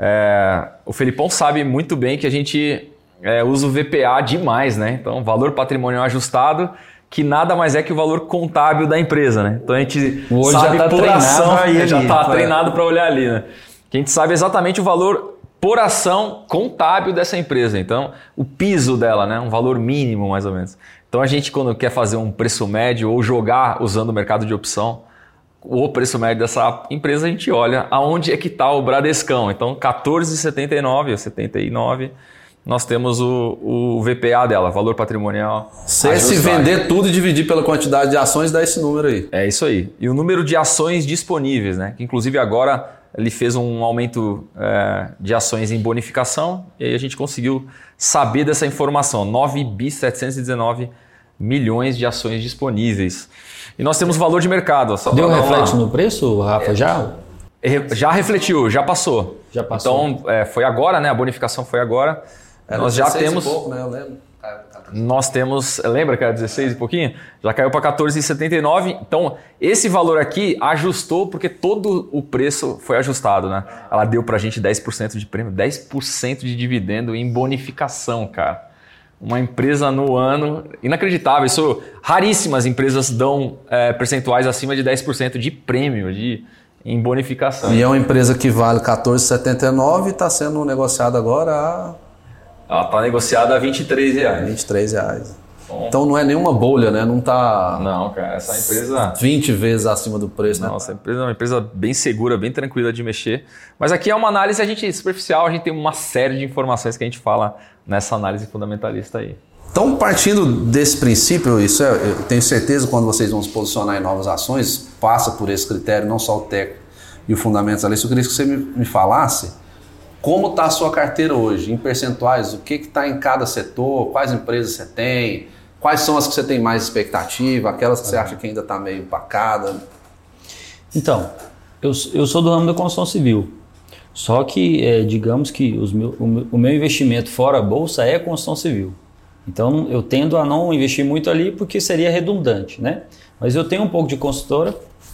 É, o Felipão sabe muito bem que a gente é, usa o V P A demais, né? Então, valor patrimonial ajustado, que nada mais é que o valor contábil da empresa, né? Então a gente Hoje sabe já tá por ação, aí, já está é. treinado para olhar ali, né? Que a gente sabe exatamente o valor por ação contábil dessa empresa. Então, o piso dela, né? Um valor mínimo, mais ou menos. Então a gente, quando quer fazer um preço médio ou jogar usando o mercado de opção, o preço médio dessa empresa, a gente olha aonde é que está o Bradescão. Então, quatorze vírgula setenta e nove ou setenta e nove, nós temos o, o V P A dela, valor patrimonial. Se se vender tudo e dividir pela quantidade de ações, dá esse número aí. É isso aí. E o número de ações disponíveis, né? Que inclusive agora ele fez um aumento é, de ações em bonificação e aí a gente conseguiu saber dessa informação. nove bi setecentos e dezenove milhões de ações disponíveis. E nós temos valor de mercado. Só Deu reflexo no preço, Rafa, já? Já refletiu, já passou. Já passou. Então, é, foi agora, né? A bonificação foi agora. Era nós já temos. E pouco, né? Eu lembro. Nós temos, lembra que era dezesseis e pouquinho? Já caiu para quatorze vírgula setenta e nove. Então, esse valor aqui ajustou porque todo o preço foi ajustado, né? Ela deu para a gente dez por cento de prêmio, dez por cento de dividendo em bonificação, cara. Uma empresa no ano, inacreditável. Isso, raríssimas empresas dão é, percentuais acima de dez por cento de prêmio, de, em bonificação. E é uma empresa que vale quatorze vírgula setenta e nove e está sendo negociada agora a... Ela está negociada a vinte e três reais. vinte e três reais. Bom. Então não é nenhuma bolha, né? Não está... Não, cara, essa empresa... vinte vezes acima do preço, né? Nossa, a empresa é uma empresa bem segura, bem tranquila de mexer. Mas aqui é uma análise a gente, superficial, a gente tem uma série de informações que a gente fala nessa análise fundamentalista aí. Então, partindo desse princípio, isso é, eu tenho certeza que quando vocês vão se posicionar em novas ações, passa por esse critério, não só o técnico e o fundamentalista. Eu queria que você me, me falasse como está a sua carteira hoje, em percentuais, o que está em cada setor, quais empresas você tem, quais são as que você tem mais expectativa, aquelas que você acha que ainda está meio empacada. Então, eu, eu sou do ramo da construção civil, só que é, digamos que os meu, o, meu, o meu investimento fora a bolsa é construção civil. Então eu tendo a não investir muito ali porque seria redundante, né? Mas eu tenho um pouco de consultora,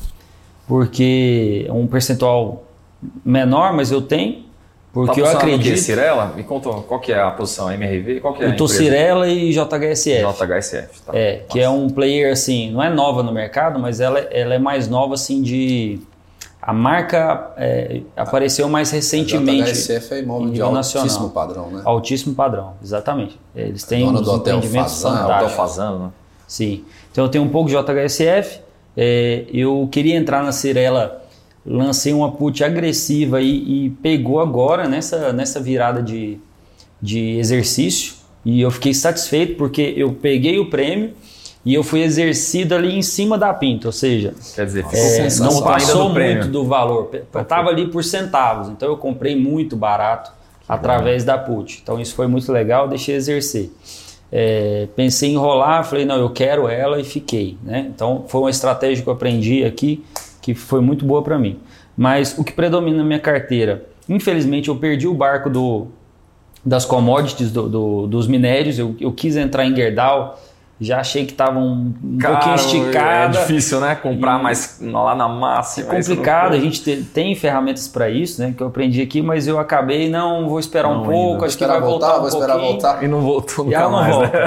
porque é um percentual menor, mas eu tenho. Porque tá eu acredito... Que, Cirela? Me conta qual que é a posição, M R V? Qual que é a eu tô empresa? Cirela e J H S F. J H S F, tá. É, Nossa. Que é um player assim, não é nova no mercado, mas ela, ela é mais nova assim de... A marca é, apareceu mais recentemente. A J H S F é imóvel de nacional. Altíssimo padrão, né? Altíssimo padrão, exatamente. Eles têm Dona uns do empreendimentos Hotel fantásticos. Fazano, né? Sim. Então eu tenho um pouco de J H S F. É, eu queria entrar na Cirela, lancei uma put agressiva e, e pegou agora nessa, nessa virada de, de exercício. E eu fiquei satisfeito porque eu peguei o prêmio e eu fui exercido ali em cima da pinta, ou seja, quer dizer, é, não passou do muito do valor, estava ali por centavos, então eu comprei muito barato que através bom. da put, então isso foi muito legal, deixei exercer. É, pensei em enrolar, falei não, eu quero ela e fiquei, né? Então foi uma estratégia que eu aprendi aqui, que foi muito boa para mim. Mas o que predomina na minha carteira, infelizmente eu perdi o barco do, das commodities, do, do, dos minérios, eu, eu quis entrar em Gerdau, já achei que estava um, um Cara, pouquinho esticada. É difícil, né? Comprar e mais lá na massa. É complicado, a gente tem, tem ferramentas para isso, né? Que eu aprendi aqui, mas eu acabei, não, vou esperar não, um pouco, ainda. acho que vai voltar, voltar um vou esperar voltar. E não voltou nunca e ela não mais, volta. Né?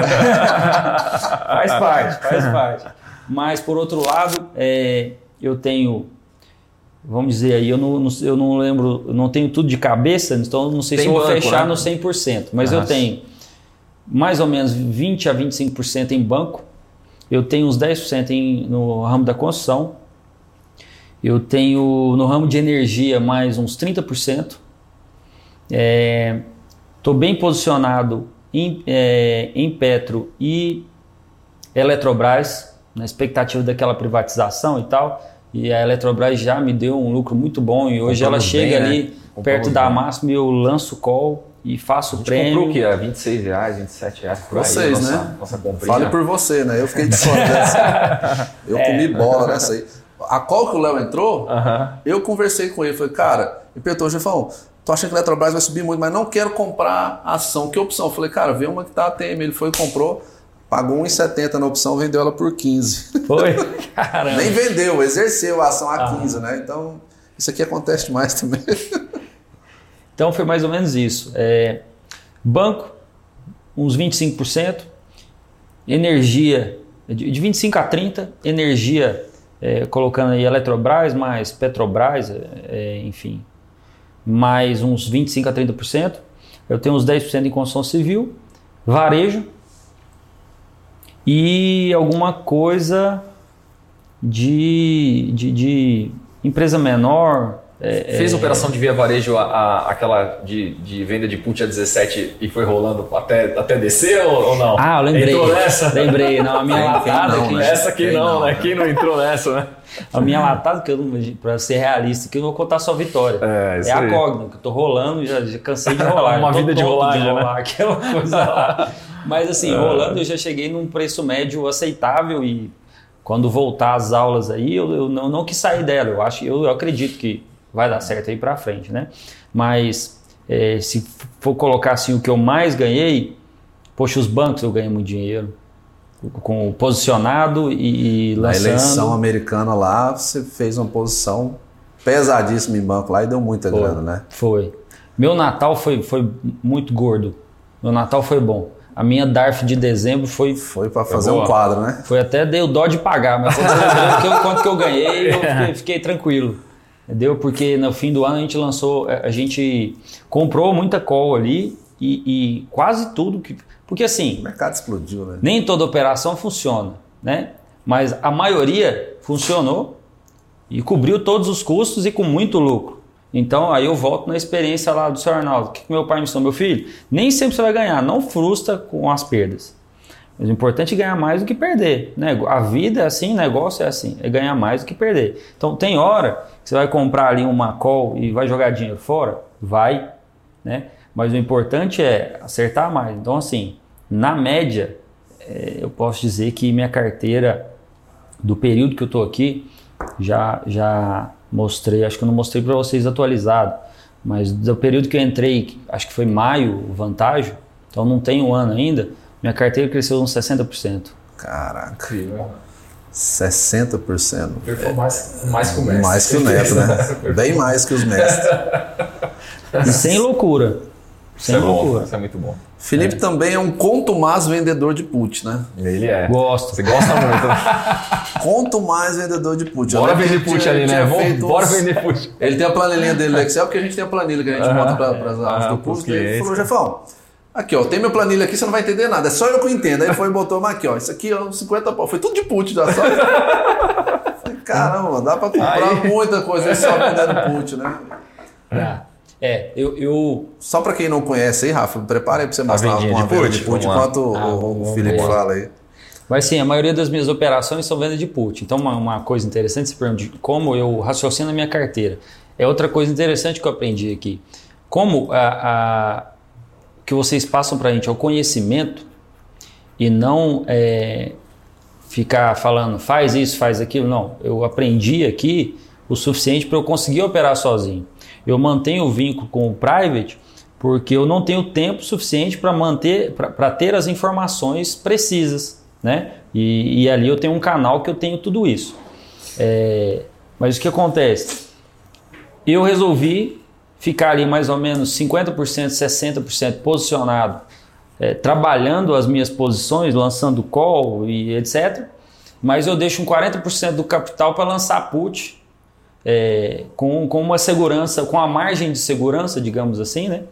Faz parte, faz parte. Mas, por outro lado, é, eu tenho, vamos dizer aí, eu não, eu não lembro, eu não tenho tudo de cabeça, então não sei tem se eu vou banco, fechar né? no cem por cento, mas Nossa. eu tenho mais ou menos vinte a vinte e cinco por cento em banco, eu tenho uns dez por cento em, no ramo da construção, eu tenho no ramo de energia mais uns trinta por cento, estou é, bem posicionado em, é, em Petro e Eletrobras, na expectativa daquela privatização e tal, e a Eletrobras já me deu um lucro muito bom e hoje Compramos ela chega bem, ali né? perto da máxima e eu lanço call e faço o prêmio. Comprou o quê? A vinte e seis reais, vinte e sete reais por Vocês, aí, nossa, né? Nossa comprinha. Fale por você, né? Eu fiquei de fora dessa. Eu é. comi bola nessa aí. A call que o Léo entrou, uh-huh. eu conversei com ele, falei, cara, e Petro, ele falou, tô achando que a Eletrobras vai subir muito, mas não quero comprar ação. Que opção? Eu falei, cara, vê uma que tá a T M. Ele foi e comprou, pagou um real e setenta centavos na opção, vendeu ela por quinze. Foi? Caramba. Nem vendeu, exerceu a ação a quinze, ah. né? Então, isso aqui acontece demais também. Então, foi mais ou menos isso. É, banco, uns vinte e cinco por cento. Energia, de vinte e cinco a trinta. Energia, é, colocando aí Eletrobras, mais Petrobras, é, enfim, mais uns vinte e cinco a trinta por cento. Eu tenho uns dez por cento em construção civil. Varejo. E alguma coisa de, de, de empresa menor, É, Fez é... operação de via varejo, a, a, aquela de, de venda de put a dezessete e foi rolando até, até descer ou, ou não? Ah, eu lembrei. Entrou nessa? Lembrei. Não, a minha latada... Não, que... né? Essa aqui quem não, não, né? né? Quem não entrou nessa, né? A minha latada, que eu não, pra ser realista, que eu não vou contar só vitória. É, isso é a aí. Cogna, que eu tô rolando, já, já cansei de rolar. Uma vida de rolagem, de rolar, né? aquela coisa lá. Mas assim, rolando eu já cheguei num preço médio aceitável e quando voltar às aulas aí, eu, eu não, não quis sair dela. Eu, acho, eu, eu acredito que vai dar certo aí pra frente, né? Mas é, se for colocar assim o que eu mais ganhei, poxa, os bancos eu ganhei muito dinheiro. Com posicionado e, e lançando. Na eleição americana lá, você fez uma posição pesadíssima em banco lá e deu muita foi, grana, né? Foi. Meu Natal foi, foi muito gordo. Meu Natal foi bom. A minha D A R F de dezembro foi... Foi para fazer um quadro, né? Foi até deu dó de pagar, mas quando você lembrou quanto que eu ganhei, eu fiquei, fiquei tranquilo. Entendeu? Porque no fim do ano a gente lançou, a gente comprou muita call ali e, e quase tudo que... Porque assim... O mercado explodiu, né? Nem toda operação funciona, né? Mas a maioria funcionou e cobriu todos os custos e com muito lucro. Então aí eu volto na experiência lá do seu Arnaldo. O que meu pai me ensinou? Meu filho, nem sempre você vai ganhar, não frustra com as perdas. Mas o importante é ganhar mais do que perder, né? A vida é assim, negócio é assim, é ganhar mais do que perder. Então tem hora que você vai comprar ali uma call e vai jogar dinheiro fora? Vai, né? Mas o importante é acertar mais. Então assim, na média, é, eu posso dizer que minha carteira, do período que eu estou aqui, já, já mostrei, acho que eu não mostrei para vocês atualizado, mas do período que eu entrei, acho que foi maio, vantagem, então não tem um ano ainda, minha carteira cresceu uns sessenta por cento. Caraca, sessenta por cento. É, mais, mais que o mestre. Mais que o Neto, né? Bem mais que os mestres. E sem loucura. Sem isso loucura. É bom, isso é muito bom. Felipe é. também é um contumaz vendedor de put, né? Ele é. Gosto. Você gosta muito, né? Contumaz vendedor de put. Bora vender put ali, né? Vamos, bora uns... vender put. Ele tem a planilhinha dele no Excel, porque a gente tem a planilha que a gente uh-huh. monta para as aulas uh-huh. do curso. Ele falou, Jefão, aqui ó, tem minha planilha aqui, você não vai entender nada, é só eu que entendo. Aí foi e botou, mas aqui ó, isso aqui ó, cinquenta pau. Foi tudo de put já, só. Caramba, dá para comprar aí. Muita coisa só vendendo put, né? É. É, eu, eu... Só para quem não conhece aí, Rafa, prepara aí para você mostrar uma venda de put enquanto ah, o, o Felipe bom. fala aí. Mas sim, a maioria das minhas operações são venda de put. Então uma, uma coisa interessante, você pergunta como eu raciocino a minha carteira. É outra coisa interessante que eu aprendi aqui. Como a, a, o que vocês passam para a gente é o conhecimento e não é, ficar falando faz isso, faz aquilo. Não, eu aprendi aqui o suficiente para eu conseguir operar sozinho. Eu mantenho o vínculo com o private porque eu não tenho tempo suficiente para manter, para ter as informações precisas, né? E, e ali eu tenho um canal que eu tenho tudo isso. É, mas o que acontece? Eu resolvi ficar ali mais ou menos cinquenta por cento, sessenta por cento posicionado, é, trabalhando as minhas posições, lançando call e etcétera. Mas eu deixo um quarenta por cento do capital para lançar put. É, com, com uma segurança, com a margem de segurança, digamos assim, né?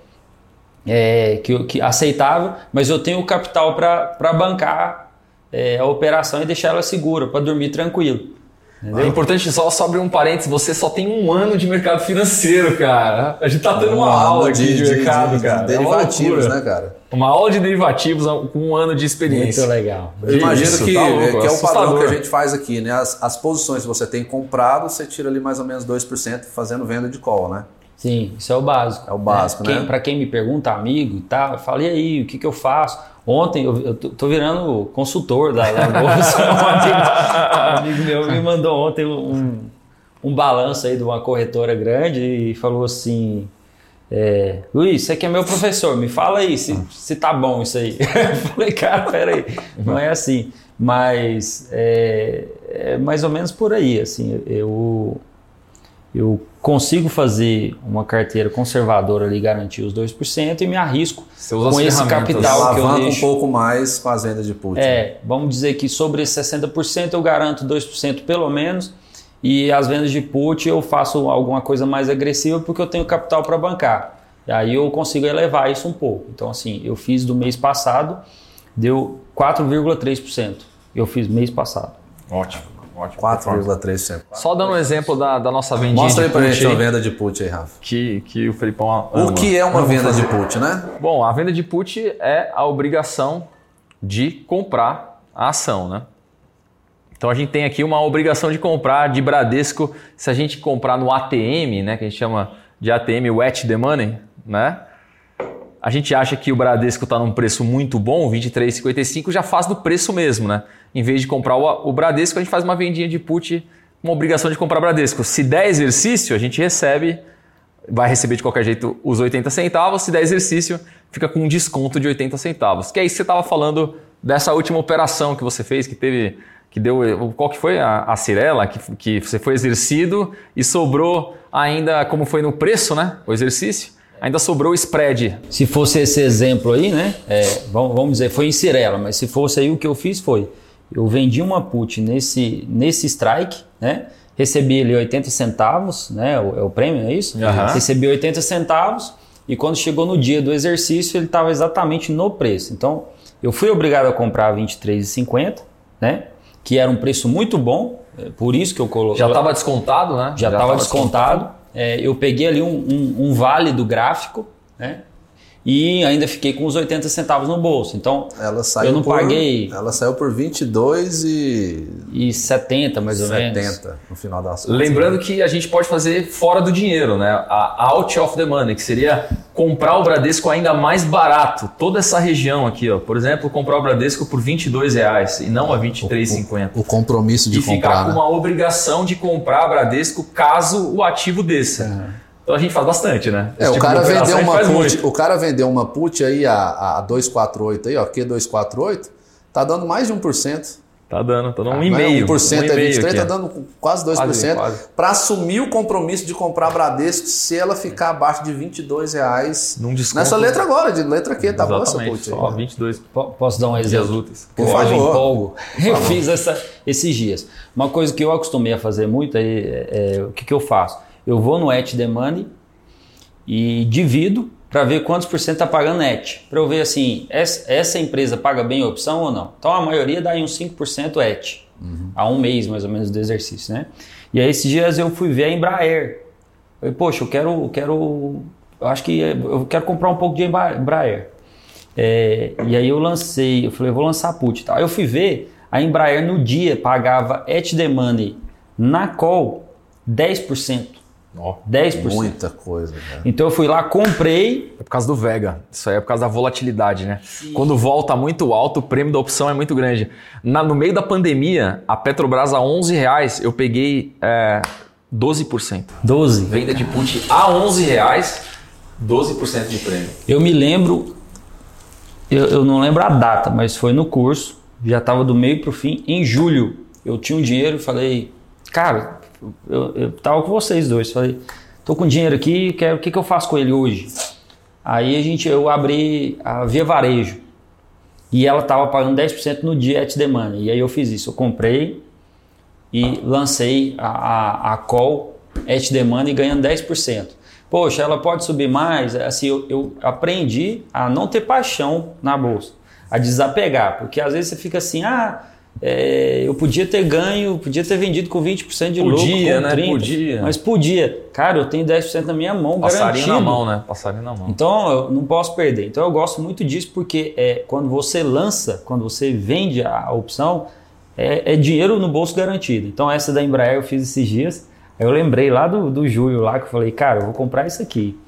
É, que, que aceitável, mas eu tenho o capital para bancar é, a operação e deixar ela segura, para dormir tranquilo. Entendeu? É importante, só sobre um parênteses, você só tem um ano de mercado financeiro, cara. A gente tá tendo uma um aula aqui de, de mercado, de, de, cara. De derivativos, é né, cara? Uma aula de derivativos com um ano de experiência. Muito legal. Eu imagino Isso, que, tá louco, que é o padrão assustador. que a gente faz aqui, né? As, as posições que você tem comprado, você tira ali mais ou menos dois por cento fazendo venda de call, né? Sim, isso é o básico. É o básico, né? né? Quem, para quem me pergunta, amigo e tal, eu falo, e aí, o que, que eu faço? Ontem eu, eu tô, tô virando consultor da, da Bolsa. um, amigo, um amigo meu me mandou ontem um, um balanço aí de uma corretora grande e falou assim, é, Luiz, você que é meu professor, me fala aí se, se tá bom isso aí. Eu falei, cara, peraí, não é assim. Mas é, é mais ou menos por aí, assim, eu... Eu consigo fazer uma carteira conservadora ali, garantir os dois por cento e me arrisco com esse capital que eu deixo. um pouco mais com as vendas de put. É, vamos dizer que sobre esses sessenta por cento eu garanto dois por cento pelo menos e as vendas de put eu faço alguma coisa mais agressiva porque eu tenho capital para bancar. E aí eu consigo elevar isso um pouco. Então assim, eu fiz do mês passado, deu quatro vírgula três por cento. Eu fiz mês passado. Ótimo. quatro vírgula três por cento. Só dando um exemplo da, da nossa vendinha Mostra aí de pra put gente aí, uma venda de put aí, Rafa. Que, que o Felipão ama. O que é uma Vamos venda fazer. de put, né? Bom, a venda de put é a obrigação de comprar a ação, né? Então a gente tem aqui uma obrigação de comprar de Bradesco. Se a gente comprar no A T M, né, que a gente chama de A T M, o at the money, né? A gente acha que o Bradesco está num preço muito bom, vinte e três reais e cinquenta e cinco, já faz do preço mesmo, né? Em vez de comprar o, o Bradesco, a gente faz uma vendinha de put, uma obrigação de comprar Bradesco. Se der exercício, a gente recebe, vai receber de qualquer jeito os oitenta centavos. Se der exercício, fica com um desconto de oitenta centavos. Que é isso que você estava falando dessa última operação que você fez, que teve, que deu, qual que foi? A, a Cirela, que, que você foi exercido e sobrou ainda, como foi no preço, né? O exercício. Ainda sobrou o spread. Se fosse esse exemplo aí, né? É, vamos, vamos dizer, foi em Cirela, mas se fosse aí o que eu fiz foi, eu vendi uma put nesse, nesse strike, né? Recebi ali oitenta centavos, né? O, é o prêmio, não é isso? Uhum. Recebi oitenta centavos e quando chegou no dia do exercício ele estava exatamente no preço. Então eu fui obrigado a comprar vinte e três reais e cinquenta, né? Que era um preço muito bom, por isso que eu coloquei. Já estava descontado, né? Já estava descontado. descontado. É, eu peguei ali um, um, um vale do gráfico, né? E ainda fiquei com os oitenta centavos no bolso. Então, ela saiu eu não por, paguei... Ela saiu por vinte e dois e... E setenta, mais ou menos. setenta, no final das contas. Lembrando que a gente pode fazer fora do dinheiro, né? A out of the money, que seria comprar o Bradesco ainda mais barato. Toda essa região aqui, ó. Por exemplo, comprar o Bradesco por vinte e dois reais e não a vinte e três reais e cinquenta. O, o compromisso de e comprar, ficar com né? uma obrigação de comprar Bradesco caso o ativo desça. Uhum. Então a gente faz bastante, né? É, Esse o, tipo cara vendeu uma put, muito. o cara vendeu uma put aí, a, a duzentos e quarenta e oito aí, ó, Q duzentos e quarenta e oito, tá dando mais de um por cento. Tá dando, tá dando um Ah, e meio. um por cento um é vinte e três, aqui. tá dando quase dois por cento. Para assumir o compromisso de comprar Bradesco se ela ficar abaixo de vinte e dois reais. Num desconto. Nessa letra agora, de letra Q, tá boa essa Exatamente, put só aí. vinte e dois. Posso dar um exemplo? úteis. Por favor. Eu empolgo. Eu fiz essa, esses dias. Uma coisa que eu acostumei a fazer muito, aí, é, é, o que, que eu faço? Eu vou no at the money e divido para ver quantos por cento está pagando net. Para eu ver assim, essa, essa empresa paga bem a opção ou não. Então a maioria dá aí uns cinco por cento et. Uhum. Há um mês mais ou menos do exercício, né? E aí esses dias eu fui ver a Embraer. Eu falei, poxa, eu quero, eu quero, eu acho que eu quero comprar um pouco de Embraer. É, e aí eu lancei, eu falei, eu vou lançar a put. Tá? Aí eu fui ver, a Embraer no dia pagava at the money na call dez por cento. Oh, dez por cento. Muita coisa, cara. Então eu fui lá, comprei. É por causa do Vega. Isso aí é por causa da volatilidade, né? Sim. Quando volta muito alto, o prêmio da opção é muito grande. Na, no meio da pandemia, a Petrobras a onze reais, eu peguei é, doze por cento. doze? Venda de put a onze reais, doze por cento de prêmio. Eu me lembro, eu, eu não lembro a data, mas foi no curso, já estava do meio para o fim, em julho. Eu tinha um dinheiro e falei, cara... Eu, eu tava com vocês dois, falei, tô com dinheiro aqui, quero, o que, que eu faço com ele hoje? Aí a gente, eu abri a Via Varejo e ela tava pagando dez por cento no dia at the money. E aí eu fiz isso, eu comprei e lancei a, a, a call at the money ganhando dez por cento. Poxa, ela pode subir mais? Assim, eu, eu aprendi a não ter paixão na bolsa, a desapegar, porque às vezes você fica assim, ah... É, eu podia ter ganho, podia ter vendido com vinte por cento de lucro, podia, com trinta por cento, né? Podia. Mas podia. Cara, eu tenho dez por cento na minha mão, Passarinho garantido. na mão, né? Passarinho na mão. Então, eu não posso perder. Então, eu gosto muito disso porque é, quando você lança, quando você vende a, a opção, é, é dinheiro no bolso garantido. Então, essa da Embraer eu fiz esses dias. Eu lembrei lá do, do julho, lá que eu falei, cara, eu vou comprar isso aqui.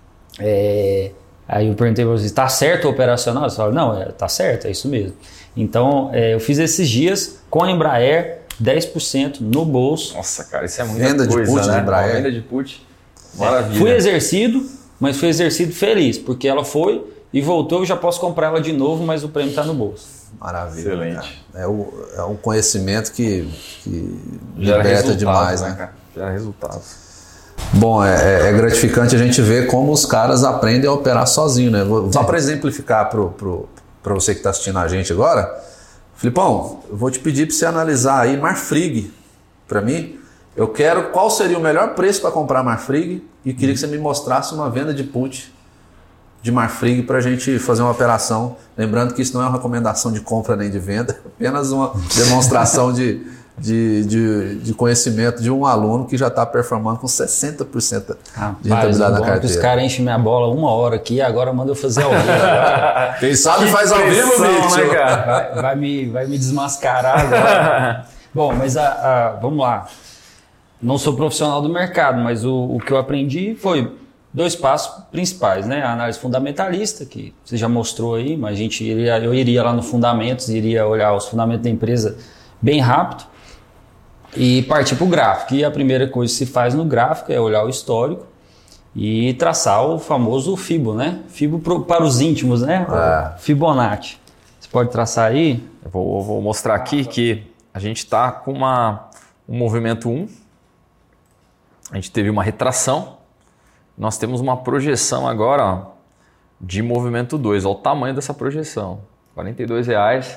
É, aí eu perguntei para vocês, tá certo o operacional? Eles falaram, não, é, tá certo, é isso mesmo. Então, é, eu fiz esses dias com a Embraer, dez por cento no bolso. Nossa, cara, isso é muita Venda coisa, de put né? de Embraer. Venda de put, maravilha. É, fui exercido, mas fui exercido feliz, porque ela foi e voltou, eu já posso comprar ela de novo, mas o prêmio está no bolso. Maravilha. Excelente. É, o, é um conhecimento que, que liberta demais, né? Cara? Gera resultados. Bom, é, é gratificante a gente ver como os caras aprendem a operar sozinho, né? Só para exemplificar pro, pro, para você que está assistindo a gente agora, Filipão, eu vou te pedir para você analisar aí Marfrig para mim. Eu quero qual seria o melhor preço para comprar Marfrig e queria que você me mostrasse uma venda de put de Marfrig para a gente fazer uma operação. Lembrando que isso não é uma recomendação de compra nem de venda, apenas uma demonstração de, de, de, de conhecimento de um aluno que já está performando com sessenta por cento de rentabilidade na carteira. Os caras enchem minha bola uma hora aqui e agora manda eu fazer ao vivo. Quem sabe que faz ao vivo, né, cara? Vai, vai, me, vai me desmascarar agora. Bom, mas a, a, vamos lá. Não sou profissional do mercado, mas o, o que eu aprendi foi dois passos principais, né? A análise fundamentalista, que você já mostrou aí, mas a gente iria, eu iria lá no Fundamentos, iria olhar os fundamentos da empresa bem rápido e partir para o gráfico. E a primeira coisa que se faz no gráfico é olhar o histórico e traçar o famoso Fibo, né? Fibo pro, para os íntimos, né? É. Fibonacci. Você pode traçar aí? Eu vou, vou mostrar aqui que a gente está com uma, um movimento um, a gente teve uma retração, nós temos uma projeção agora, ó, de movimento dois. Olha o tamanho dessa projeção, quarenta e dois reais.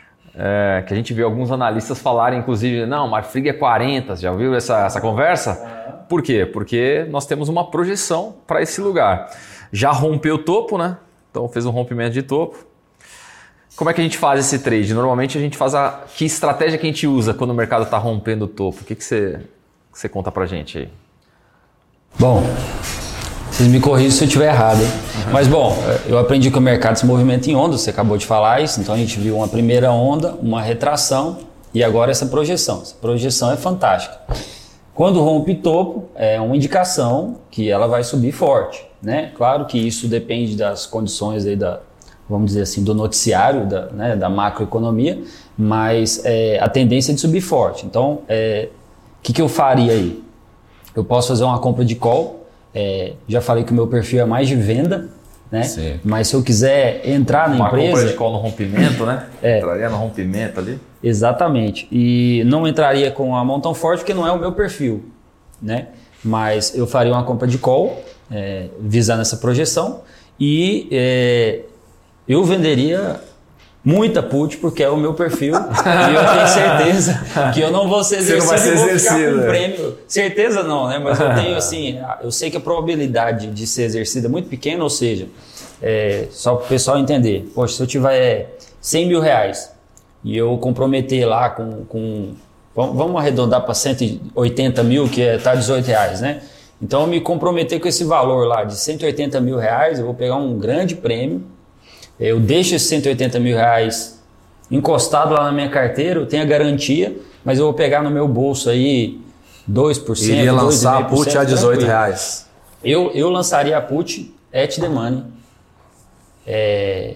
É, que a gente viu alguns analistas falarem, inclusive, não, Marfrig é quarenta, já ouviu essa, essa conversa? Por quê? Porque nós temos uma projeção para esse lugar. Já rompeu o topo, né? Então fez um rompimento de topo. Como é que a gente faz esse trade? Normalmente a gente faz a... Que estratégia que a gente usa quando o mercado está rompendo o topo? O que, que, você, que você conta pra gente aí? Bom, vocês me corrigem se eu estiver errado, hein? Uhum. Mas bom, eu aprendi que o mercado se movimenta em ondas, você acabou de falar isso, então a gente viu uma primeira onda, uma retração e agora essa projeção. Essa projeção é fantástica. Quando rompe topo, é uma indicação que ela vai subir forte, né? Claro que isso depende das condições aí da, vamos dizer assim, do noticiário, da, né, da macroeconomia, mas é, a tendência é de subir forte. Então, é, o que, que eu faria aí? Eu posso fazer uma compra de call. É, já falei que o meu perfil é mais de venda, né? Sim. Mas se eu quiser entrar na uma empresa... Uma compra de call no rompimento, né? É. Entraria no rompimento ali. Exatamente. E não entraria com a mão tão forte porque não é o meu perfil, né? Mas eu faria uma compra de call, é, visando essa projeção, e é, eu venderia muita put porque é o meu perfil e eu tenho certeza que eu não vou ser exercido, Você não vai ser e vou exercido, ficar com né? prêmio. Certeza não, né? Mas eu tenho assim, eu sei que a probabilidade de ser exercida é muito pequena, ou seja, é, só para o pessoal entender, poxa, se eu tiver cem mil reais e eu comprometer lá com, com vamos arredondar para cento e oitenta mil, que está é, dezoito reais, né? Então eu me comprometer com esse valor lá de cento e oitenta mil reais, eu vou pegar um grande prêmio. Eu deixo esses cento e oitenta mil reais encostado lá na minha carteira, eu tenho a garantia, mas eu vou pegar no meu bolso aí dois por cento. Iria lançar a put a dezoito reais. Eu, eu lançaria a put at the money. É,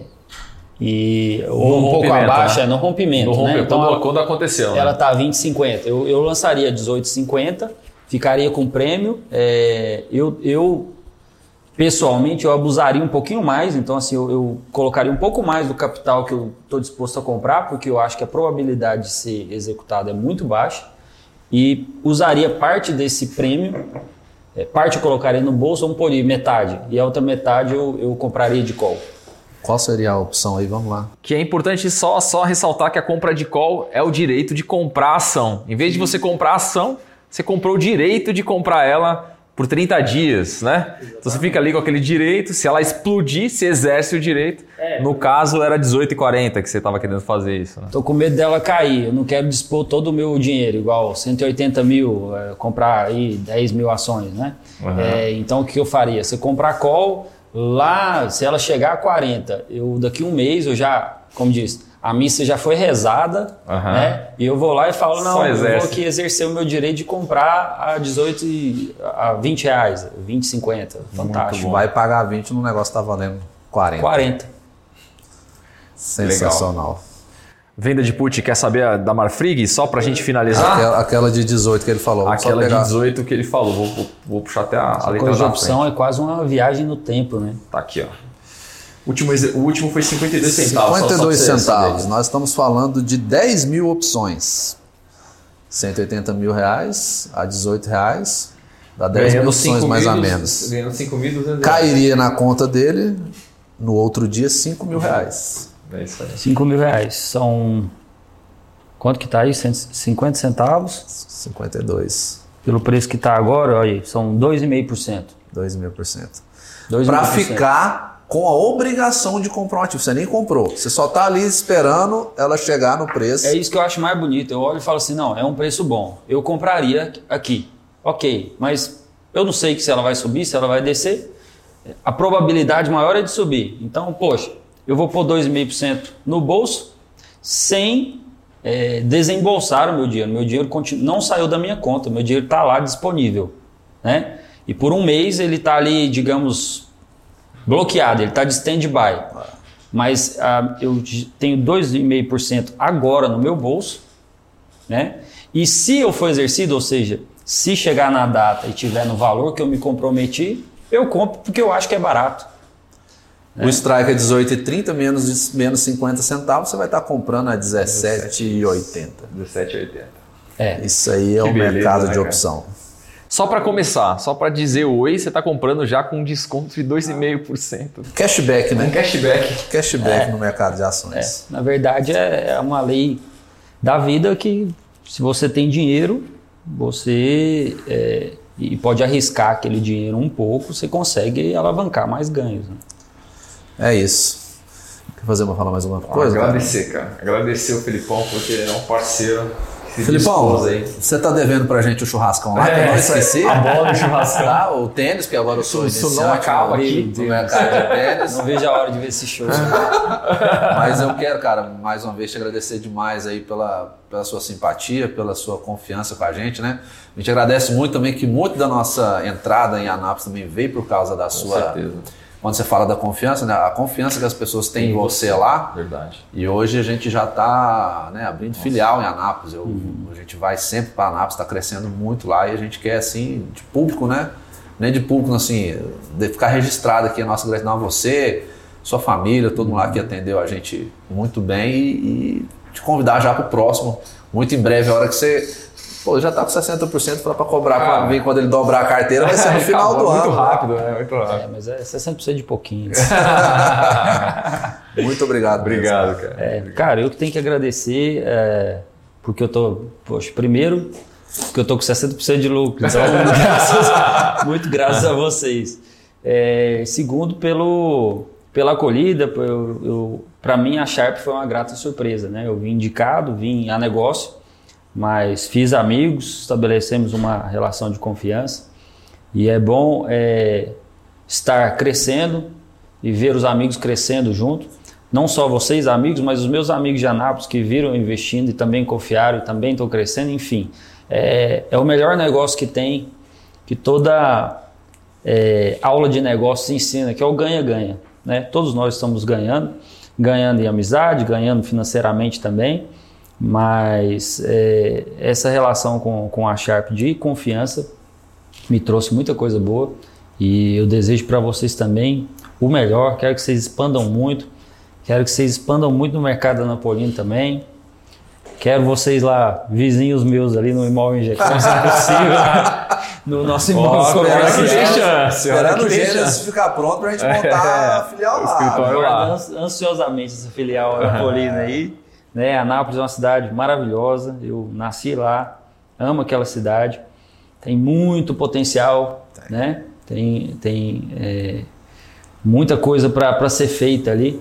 e, ou um pouco abaixo, né? É, no rompimento. No rompimento, né? Então, quando, ela, quando aconteceu. Ela né? está vinte e cinquenta. Eu, eu lançaria dezoito e cinquenta, ficaria com prêmio. É, eu... eu Pessoalmente, eu abusaria um pouquinho mais, então assim, eu, eu colocaria um pouco mais do capital que eu estou disposto a comprar, porque eu acho que a probabilidade de ser executado é muito baixa, e usaria parte desse prêmio, é, parte eu colocaria no bolso, vamos pôr metade, e a outra metade eu, eu compraria de call. Qual seria a opção aí? Vamos lá. Que é importante só, só ressaltar que a compra de call é o direito de comprar a ação. Em vez de você comprar a ação, você comprou o direito de comprar ela por trinta dias, né? Exatamente. Então você fica ali com aquele direito, se ela explodir, você exerce o direito. É. No caso, era dezoito e quarenta que você estava querendo fazer isso. Né? Tô com medo dela cair, eu não quero dispor todo o meu dinheiro, igual cento e oitenta mil, é, comprar aí dez mil ações, né? Uhum. É, então o que eu faria? Você comprar call, lá, se ela chegar a quarenta, eu, daqui a um mês eu já, como diz, a missa já foi rezada, uhum. né? E eu vou lá e falo, não, eu vou aqui exercer o meu direito de comprar a dezoito e a vinte reais, vinte, cinquenta, fantástico. Vai pagar vinte no negócio que tá valendo quarenta. quarenta. Sensacional. Legal. Venda de put, quer saber da Marfrig? Só pra gente finalizar? Aquela, aquela de dezoito que ele falou. Aquela de dezoito que ele falou. Vou, vou, vou puxar até a, a letra coisa da de opção frente. É quase uma viagem no tempo, né? Tá aqui, ó. O último, o último foi cinquenta e dois centavos. cinquenta e dois centavos. Nós estamos falando de dez mil opções. cento e oitenta mil reais a dezoito reais. Dá dez mil opções mais ou menos. Ganhando cinco mil e duzentos reais. Cairia na conta dele, no outro dia, cinco mil reais. É isso aí. cinco mil reais. São... Quanto que tá aí? cinquenta centavos? cinquenta e dois. Pelo preço que tá agora, olha aí, são dois vírgula cinco por cento. dois vírgula cinco por cento. dois vírgula cinco por cento. Para ficar com a obrigação de comprar um ativo. Você nem comprou. Você só está ali esperando ela chegar no preço. É isso que eu acho mais bonito. Eu olho e falo assim, não, é um preço bom. Eu compraria aqui. Ok, mas eu não sei se ela vai subir, se ela vai descer. A probabilidade maior é de subir. Então, poxa, eu vou pôr dois vírgula cinco por cento no bolso sem é, desembolsar o meu dinheiro. Meu dinheiro continua, não saiu da minha conta, meu dinheiro está lá disponível. Né? E por um mês ele está ali, digamos, bloqueado, ele está de stand-by. Mas ah, eu tenho dois vírgula cinco por cento agora no meu bolso. Né? E se eu for exercido, ou seja, se chegar na data e tiver no valor que eu me comprometi, eu compro porque eu acho que é barato. O strike é dezoito reais e trinta centavos, menos, menos cinquenta centavos, você vai estar comprando a dezessete reais e oitenta centavos. dezessete reais e oitenta centavos. É. Isso aí é o beleza, mercado né, de cara? opção. Só para começar, só para dizer oi, você está comprando já com um desconto de dois vírgula cinco por cento. Cashback, né? Um cashback. Cashback É. no mercado de É. ações. Na verdade, é uma lei da vida que se você tem dinheiro, você é, e pode arriscar aquele dinheiro um pouco, você consegue alavancar mais ganhos. Né? É isso. Quer fazer uma falar mais alguma coisa? Agradecer, cara. cara. Agradecer o Felipão, porque ele é um parceiro. Felipão, você tá devendo pra gente o churrascão lá, que eu não esqueci. A bola do churrascão. Tá, o tênis, que agora eu sou Isso iniciante não acaba aqui. no mercado de tênis. Não vejo a hora de ver esse show. Mas eu quero, cara, mais uma vez te agradecer demais aí pela, pela sua simpatia, pela sua confiança com a gente, né? A gente agradece muito também que muito da nossa entrada em Anápolis também veio por causa da Com sua... certeza. Quando você fala da confiança, né? A confiança que as pessoas têm em você lá. Verdade. E hoje a gente já está, né, abrindo Nossa. filial em Anápolis. Eu, uhum. A gente vai sempre para Anápolis, está crescendo muito lá e a gente quer, assim, de público, né? Nem de público, assim, de ficar registrado aqui a nossa gratidão a você, sua família, todo mundo lá que atendeu a gente muito bem e, e te convidar já para o próximo. Muito em breve, a hora que você... Pô, já está com sessenta por cento para cobrar, ah, para ver quando ele dobrar a carteira, vai ser no final do muito ano. Rápido, né? Muito rápido, é, mas é sessenta por cento de pouquinho. Muito obrigado. Obrigado, mesmo. cara. É, cara, eu que tenho que agradecer, é, porque eu tô, poxa, primeiro, porque eu tô com sessenta por cento de lucro, então graças, muito graças a vocês. É, segundo, pelo, pela acolhida, eu, eu, para mim a Sharp foi uma grata surpresa, né? Eu vim indicado, vim a negócio, mas fiz amigos, estabelecemos uma relação de confiança e é bom é, estar crescendo e ver os amigos crescendo junto, não só vocês amigos, mas os meus amigos de Anápolis que viram investindo e também confiaram e também estão crescendo, enfim, é, é o melhor negócio que tem, que toda é, aula de negócio se ensina, que é o ganha-ganha, né? Todos nós estamos ganhando, ganhando em amizade, ganhando financeiramente também. Mas é, essa relação com, com a Sharp de confiança me trouxe muita coisa boa e eu desejo para vocês também o melhor. Quero que vocês expandam muito, quero que vocês expandam muito no mercado anapolino também. Quero vocês lá, vizinhos meus ali no Imóvel Injeção, se possível, no nosso imóvel. Oh, esperando que tem chance. Esperando o Gênesis ficar pronto para a gente montar a filial lá. lá. Ansiosamente essa filial anapolina aí. Né, Anápolis é uma cidade maravilhosa, eu nasci lá, amo aquela cidade, tem muito potencial, tem, né? tem, tem é, muita coisa para ser feita ali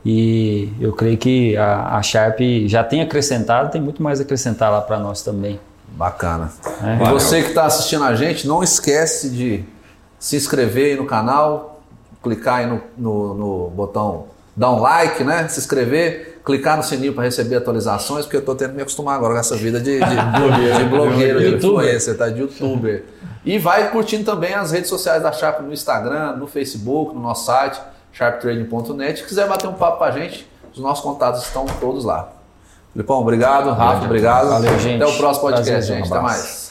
e eu creio que a, a Sharp já tem acrescentado, tem muito mais a acrescentar lá para nós também. Bacana. É. E você que está assistindo a gente, não esquece de se inscrever aí no canal, clicar aí no, no, no botão dar um like, né? Se inscrever, clicar no sininho para receber atualizações, porque eu estou tendo que me acostumar agora com essa vida de, de blogueiro, de, blogueiro, de influencer, tá? De youtuber. E vai curtindo também as redes sociais da Sharp no Instagram, no Facebook, no nosso site, sharp trading ponto net. Se quiser bater um papo com a gente, os nossos contatos estão todos lá. Felipão, obrigado. Rafa, obrigado. Valeu, gente. Até o próximo podcast, Prazer, gente. um Até mais.